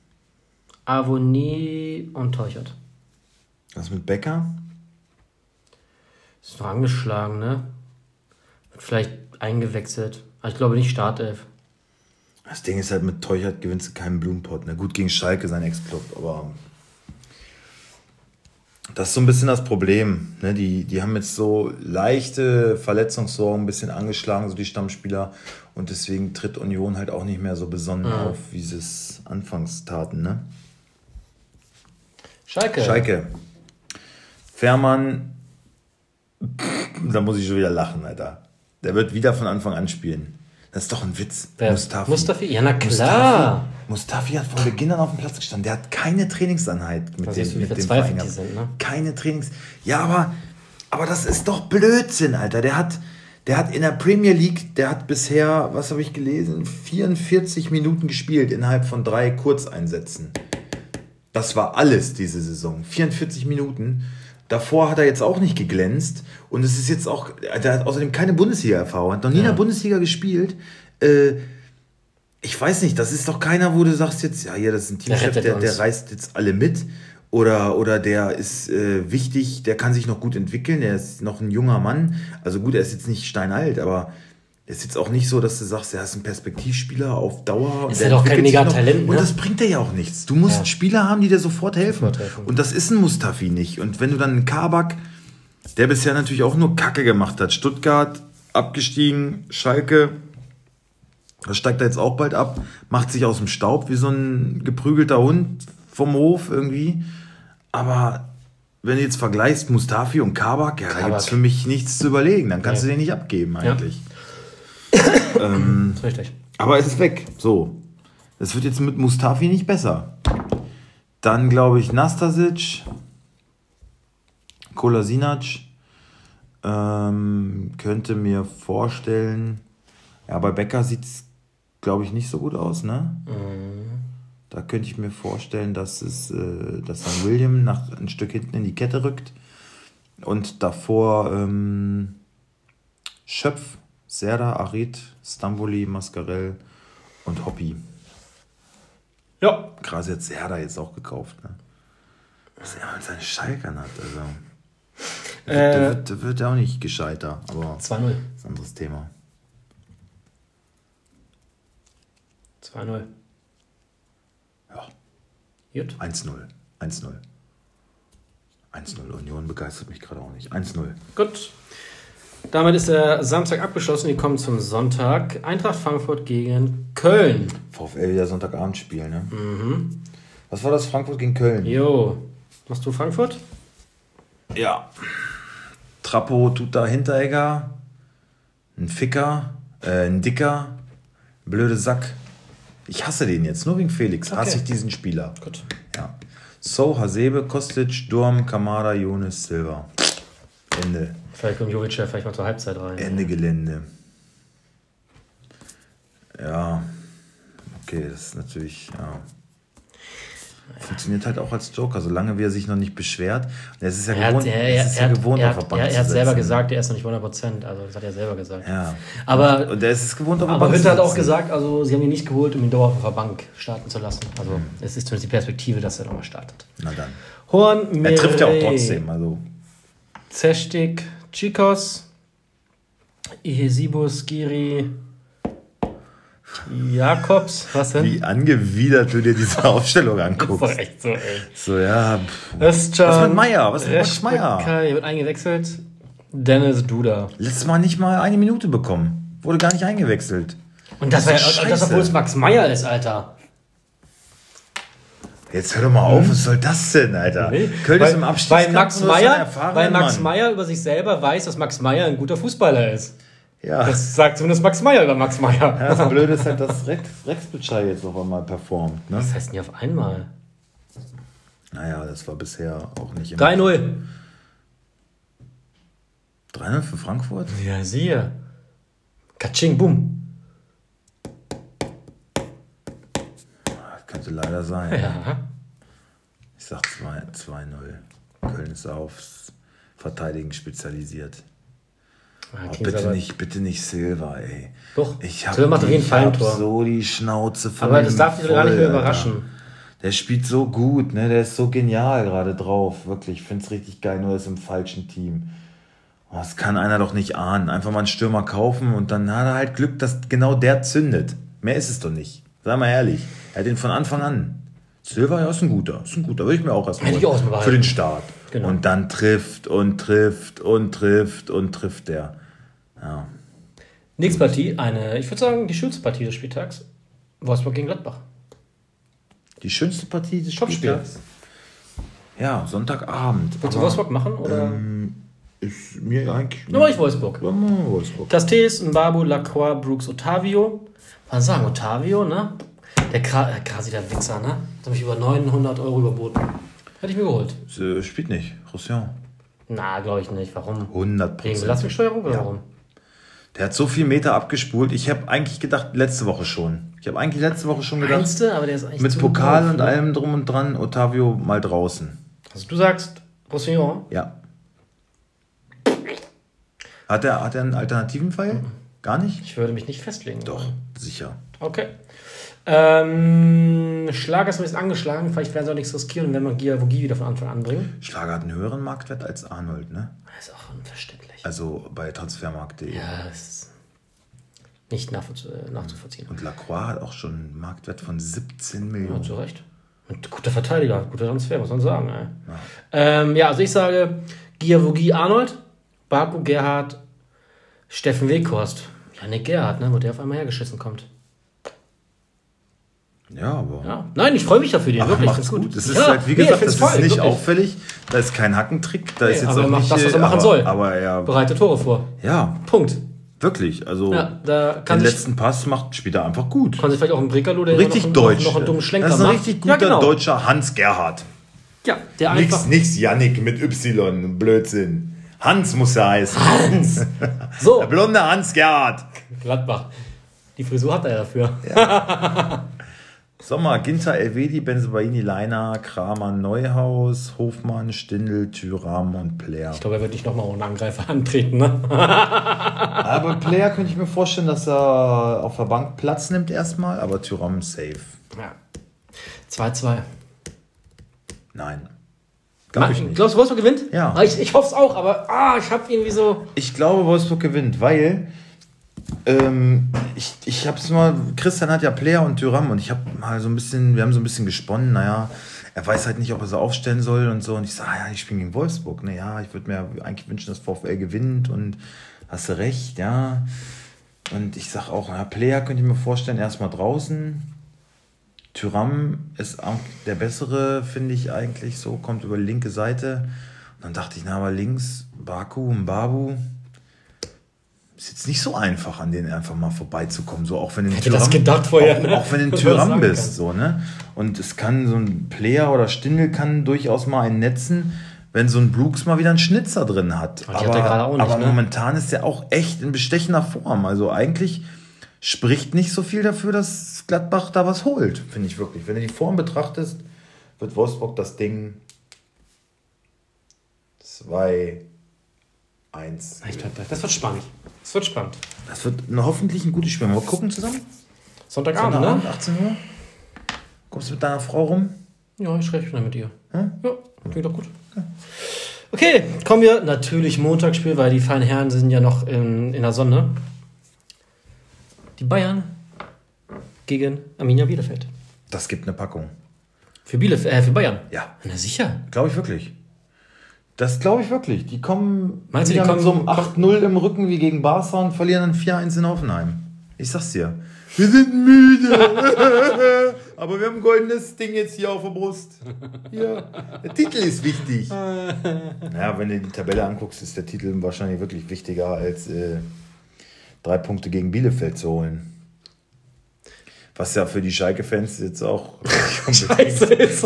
Avonie und Teuchert. Was mit Becker? Ist noch angeschlagen, ne? Wird vielleicht eingewechselt. Aber ich glaube nicht Startelf. Das Ding ist halt, mit Teuchert gewinnst du keinen Blumenpott. Ne? Gut, gegen Schalke sein Ex-Club, aber das ist so ein bisschen das Problem. Ne? Die, die haben jetzt so leichte Verletzungssorgen ein bisschen angeschlagen, so die Stammspieler. Und deswegen tritt Union halt auch nicht mehr so besonnen mhm. auf, wie sie es anfangs taten. Ne? Schalke. Schalke. Fährmann, da muss ich schon wieder lachen, Alter. Der wird wieder von Anfang an spielen. Das ist doch ein Witz. Wer? Mustafi. Mustafi? Ja, na klar. Mustafi, Mustafi hat von Beginn an auf dem Platz gestanden. Der hat keine Trainingseinheit mit Was dem, ist, wie mit dem verzweifelt Verein die sind, ne? Keine Trainings. Ja, aber, aber das ist doch Blödsinn, Alter. Der hat, der hat in der Premier League, der hat bisher, was habe ich gelesen, vierundvierzig Minuten gespielt innerhalb von drei Kurzeinsätzen. Das war alles diese Saison. vierundvierzig Minuten. Davor hat er jetzt auch nicht geglänzt. Und es ist jetzt auch, der hat außerdem keine Bundesliga-Erfahrung, hat noch nie ja. in der Bundesliga gespielt. Äh, ich weiß nicht, das ist doch keiner, wo du sagst jetzt, ja, hier, das ist ein Teamchef, der, der, der reißt jetzt alle mit. Oder, oder der ist äh, wichtig, der kann sich noch gut entwickeln, der ist noch ein junger Mann. Also gut, er ist jetzt nicht steinalt, aber es ist jetzt auch nicht so, dass du sagst, er ist ein Perspektivspieler auf Dauer. Ist ja doch kein Megatalent, ne? Und das bringt dir ja auch nichts. Du musst ja. Spieler haben, die dir sofort helfen. Sofort helfen. Und das ist ein Mustafi nicht. Und wenn du dann einen Kabak, der bisher natürlich auch nur Kacke gemacht hat, Stuttgart, abgestiegen, Schalke, das steigt er jetzt auch bald ab, macht sich aus dem Staub wie so ein geprügelter Hund vom Hof irgendwie. Aber wenn du jetzt vergleichst Mustafi und Kabak, ja, Kabak. Da gibt es für mich nichts zu überlegen. Dann kannst ja. du den nicht abgeben eigentlich. Ja. ähm, das ist richtig. Aber es ist weg. So. Das wird jetzt mit Mustafi nicht besser. Dann glaube ich Nastasic, Kolasinac. Ähm, könnte mir vorstellen, ja, bei Becker sieht es, glaube ich, nicht so gut aus, ne? Mhm. Da könnte ich mir vorstellen, dass es, äh, dass dann William nach ein Stück hinten in die Kette rückt und davor ähm, Schöpf, Serda, Arid, Stamboli, Mascarell und Hoppi. Ja. Krass, jetzt Serda jetzt auch gekauft, ne? Was er mit seinen Schalkern hat, also. Äh, der, wird, der wird ja auch nicht gescheiter, aber zwei null. Das ist ein anderes Thema. zwei null. Ja. Gut. eins null. eins null. eins null. Union begeistert mich gerade auch nicht. eins null. Gut. Damit ist der Samstag abgeschlossen. Wir kommen zum Sonntag. Eintracht Frankfurt gegen Köln. VfL wieder Sonntagabendspiel, ne? Mhm. Was war das? Frankfurt gegen Köln? Jo. Machst du Frankfurt? Ja. Trappo tut da Hinteregger. Ein Ficker. Äh, ein Dicker. Blöde Sack. Ich hasse den jetzt, nur wegen Felix. Okay. Hasse ich diesen Spieler. Gut. Ja. So, Hasebe, Kostic, Durm, Kamada, Younes, Silva. Ende. Vielleicht kommt Jovic ja vielleicht mal zur Halbzeit rein. Ende Gelände. Ja. Okay, das ist natürlich, ja. Funktioniert halt auch als Joker, solange wie er sich noch nicht beschwert. Es ist ja er gewohnt, hat, er, er, es ist ja gewohnt er, auf der Bank er, er, er hat zu selber sitzen. gesagt, er ist noch nicht hundert Prozent. Also das hat er selber gesagt. Ja. Aber, und er ist es gewohnt auf der aber Bank zu Hütter hat auch sitzen. gesagt, also sie haben ihn nicht geholt, um ihn dauerhaft auf der Bank starten zu lassen. Also mhm. es ist zumindest die Perspektive, dass er nochmal startet. Na dann. Horn, er trifft ja auch trotzdem. Also. Zestik, Chikos, Ihesibus, Giri, Jakobs, was denn? Wie angewidert du dir diese Aufstellung anguckst. Das ist doch echt so, ey. So, ja. Was mit Meier? Was mit Meier? Hier wird eingewechselt. Dennis Duda. Letztes Mal nicht mal eine Minute bekommen. Wurde gar nicht eingewechselt. Und das, das, war, das obwohl es Max Meier ist, Alter. Jetzt hör doch mal auf, was soll das denn, Alter? Nee. Köln weil, ist im Abstieg. Weil Max Meier, weil Max Meier über sich selber weiß, dass Max Meier ein guter Fußballer ist. Ja. Das sagt zumindest Max Meier über Max Meier. Ja, das Blöde ist halt, dass Rex, Rex Bitschei jetzt auf einmal performt. Ne? Was heißt denn auf einmal? Naja, das war bisher auch nicht immer. drei null. drei null für Frankfurt? Ja, siehe. Katsching, bumm. Das könnte leider sein. Ja. Ich sag zwei null. Köln ist aufs Verteidigen spezialisiert. Ja, Oh, bitte nicht, bitte nicht Silva, ey. Doch, ich hab Silva macht auf jeden ich Fall ein hab Tor. so die Schnauze von Aber dem das darf dich voll, gar nicht mehr Alter. überraschen. Der spielt so gut, ne? Der ist so genial gerade drauf. Wirklich, ich find's richtig geil, nur er ist im falschen Team. Oh, das kann einer doch nicht ahnen. Einfach mal einen Stürmer kaufen und dann hat er halt Glück, dass genau der zündet. Mehr ist es doch nicht. Sei mal ehrlich. Er hat den von Anfang an. Silva, ja, ist ein guter. Ist ein guter. Würde ich mir auch erstmal Hätte ich auch erstmal für den behalten. Start. Genau. Und dann trifft und trifft und trifft und trifft der. Ja. Nächste Partie, eine, ich würde sagen, die schönste Partie des Spieltags. Wolfsburg gegen Gladbach. Die schönste Partie des Topspiel. Spieltags. Ja, Sonntagabend. Willst du Aber, Wolfsburg machen? Oder? Ähm, ist mir eigentlich... Nur ich Wolfsburg. Ja, machen wir Wolfsburg. Castells, Mbabu, Lacroix, Brooks, Otavio. Was sagen, Otavio, ne? Der Kra äh, Krasi, der Wichser, ne? Hat mich über neunhundert Euro überboten. Hätte ich mir geholt. Äh, Spielt nicht. Roussillon. Na, glaube ich nicht. Warum? hundert Wegen Prozent. Belastungssteuerung oder Ja. warum? Der hat so viel Meter abgespult. Ich habe eigentlich gedacht, letzte Woche schon. Ich habe eigentlich letzte Woche schon gedacht, Meinst du? Aber der ist eigentlich mit zu Pokal gut und drauf, ne? allem drum und dran, Otavio mal draußen. Also du sagst Roussillon? Ja. Hat er, hat er einen alternativen Fall? Gar nicht? Ich würde mich nicht festlegen. Doch, sicher. Okay. Ähm, Schlager ist ein bisschen angeschlagen. Vielleicht werden sie auch nichts riskieren und wenn man Giavogi wieder von Anfang an bringen. Schlager hat einen höheren Marktwert als Arnold, ne? Das ist auch unverständlich. Also bei transfermarkt punkt de. Ja, das ist nicht nachvoll- äh, nachzuvollziehen. Und Lacroix hat auch schon einen Marktwert von siebzehn Ja, Millionen. zu Recht. Und guter Verteidiger, guter Transfer, muss man sagen. Ey. Ja. Ähm, ja, also ich sage Giavogi, Arnold, Baku, Gerhard, Steffen Weghorst. Janik Gerhard, ne, wo der auf einmal hergeschissen kommt. Ja, aber... Ja. Nein, ich freue mich dafür, den Aber wirklich. macht's find's gut. Das ist Ja, halt, wie nee, gesagt, ich find's das ist toll, nicht wirklich. auffällig. Da ist kein Hackentrick. Da Nee, ist jetzt aber auch er macht nicht, das, was er äh, machen aber, soll. Aber er... Bereite Tore vor. Ja, Punkt. wirklich. Also Ja, da kann den sich, letzten Pass macht, spielt er einfach gut. kann sich vielleicht auch ein Brickerlo, der Richtig noch, deutsch. noch, noch einen dummen Schlenker das ist ein macht. richtig guter ja, genau. deutscher Hans Gerhard. Ja, der Nix, einfach... nix Yannick mit Y. Blödsinn. Hans muss er heißen. Hans! So, Der blonde Hans Gerhard. Gladbach. Die Frisur hat er dafür. Sommer, Ginter, Elvedi, Benzebaini, Leiner, Kramer, Neuhaus, Hofmann, Stindl, Thüram und Player. Ich glaube, er wird nicht nochmal ohne Angreifer antreten, ne? Aber Player könnte ich mir vorstellen, dass er auf der Bank Platz nimmt erstmal, aber Thüram safe. Ja. zwei zwei. Nein. Glaube ich nicht. Glaubst du, Wolfsburg gewinnt? Ja. Ah, Ich, ich hoffe es auch, aber ah, ich habe irgendwie so... Ich glaube, Wolfsburg gewinnt, weil ähm, ich, ich habe es mal, Christian hat ja Player und Thüram und ich habe mal so ein bisschen, wir haben so ein bisschen gesponnen, naja, er weiß halt nicht, ob er so aufstellen soll und so und ich sage, ja, ich spiele gegen Wolfsburg, naja, ich würde mir eigentlich wünschen, dass VfL gewinnt und hast du recht, ja. Und ich sage auch, na, Player könnte ich mir vorstellen, erstmal draußen. Thüram ist auch der bessere, finde ich eigentlich so, kommt über die linke Seite. Und dann dachte ich, na, aber links, Baku und Babu, ist jetzt nicht so einfach, an denen einfach mal vorbeizukommen. So, auch wenn du Hätte das gedacht vorher, auch, ne? auch wenn du in Was man Thüram sagen bist, kann. so, ne? Und es kann so ein Player oder Stindl kann durchaus mal ein Netzen, wenn so ein Brooks mal wieder einen Schnitzer drin hat. Und die hat er gerade auch nicht, aber ne? momentan ist der auch echt in bestechender Form. Also eigentlich spricht nicht so viel dafür, dass Gladbach da was holt, finde ich wirklich. Wenn du die Form betrachtest, wird Wolfsburg das Ding zwei eins. Ich glaub, das wird spannend. Das wird spannend. Das wird eine, hoffentlich ein gutes Spiel. Mal gucken zusammen. Sonntagabend, Sonntagabend, ne? achtzehn Uhr. Kommst du mit deiner Frau rum? Ja, ich rechne mit dir. Hm? Ja, klingt doch gut. Okay, kommen wir natürlich Montagsspiel, weil die feinen Herren sind ja noch in, in der Sonne. Die Bayern gegen Arminia Bielefeld. Das gibt eine Packung. Für Bielefeld, äh, für Bayern. Ja, Na sicher. glaube ich wirklich. Das glaube ich wirklich. Die kommen Meinst du, die wieder kommen- mit so einem acht null im Rücken wie gegen Barca und verlieren dann vier eins in Hoffenheim. Ich sag's dir. Wir sind müde. Aber wir haben ein goldenes Ding jetzt hier auf der Brust. Ja. Der Titel ist wichtig. Ja, wenn du die Tabelle anguckst, ist der Titel wahrscheinlich wirklich wichtiger als äh, drei Punkte gegen Bielefeld zu holen. Was ja für die Schalke-Fans jetzt auch Scheiße ist.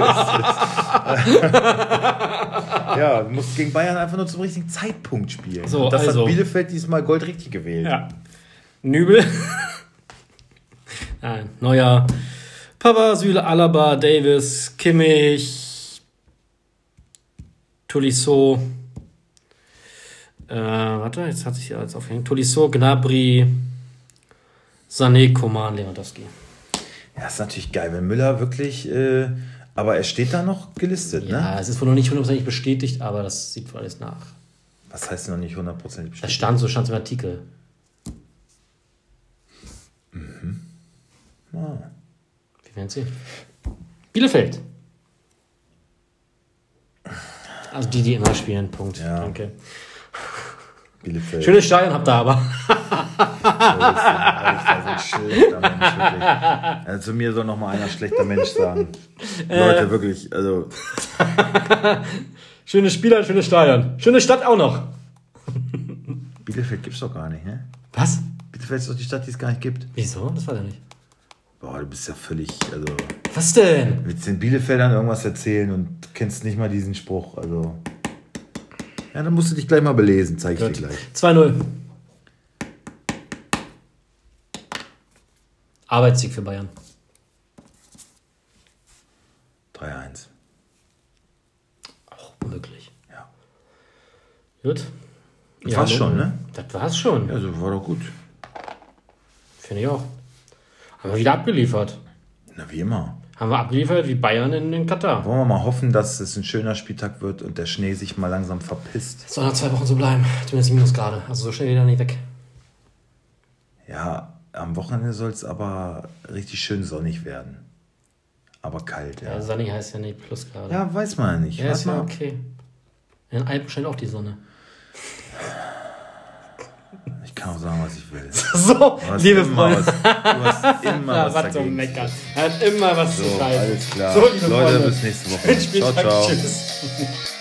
Ja, du musst gegen Bayern einfach nur zum richtigen Zeitpunkt spielen. So, Und das also. hat Bielefeld diesmal goldrichtig gewählt. Ja. Nübel. Nein, Neuer. Papa, Süle, Alaba, Davis, Kimmich, Tolisso, Äh, warte, jetzt hat sich ja jetzt aufgehängt. Tolisso, Gnabry, Sané, Coman, Lewandowski. Ja, ist natürlich geil, wenn Müller wirklich, äh, aber er steht da noch gelistet, ja, ne? Ja, es ist wohl noch nicht hundertprozentig bestätigt, aber das sieht wohl alles nach. Was heißt noch nicht hundertprozentig Das bestätigt? stand, so stand es im Artikel. Mhm. Ah. Wir werden sehen. Bielefeld. Also die, die immer spielen, Punkt. Ja. Danke. Bielefeld. Schönes Stadion habt ihr aber. Schlechter Mensch, wirklich. Also zu mir soll noch mal einer schlechter Mensch sagen. Leute, wirklich, also... Schönes Spieler, schönes Stadion. Schöne Stadt auch noch. Bielefeld gibt's doch gar nicht, ne? Was? Bielefeld ist doch die Stadt, die es gar nicht gibt. Wieso? Das war ja nicht. Boah, du bist ja völlig, also... Was denn? Willst den Bielefeldern irgendwas erzählen und kennst nicht mal diesen Spruch, also... Ja, dann musst du dich gleich mal belesen, zeig ich Gut. dir gleich. zwei null. Arbeitssieg für Bayern. drei eins. Auch möglich. Ja. Gut. Das war's schon, ne? Das war's schon. Ja, so war doch gut. Finde ich auch. Haben wir wieder abgeliefert. Na, wie immer. Haben wir abgeliefert wie Bayern in, in Katar. Wollen wir mal hoffen, dass es ein schöner Spieltag wird und der Schnee sich mal langsam verpisst. Es soll nach zwei Wochen so bleiben. Zumindest Minusgrade. Also so schnell wieder nicht weg. Ja, am Wochenende soll es aber richtig schön sonnig werden. Aber kalt, ja. Ja, sonnig heißt ja nicht Plusgrade. Ja, weiß man ja nicht. Ja, Warte ist ja mal. okay. In den Alpen scheint auch die Sonne. Ich kann auch sagen, was ich will. So, Du hast liebe immer Freunde. was, du hast immer Ja, was was zum dagegen. Meckern. Er hat immer was zu So, schreiben. alles klar. So, liebe Leute, Freunde. bis nächste Woche. Spieltag. Ciao, ciao. Tschüss.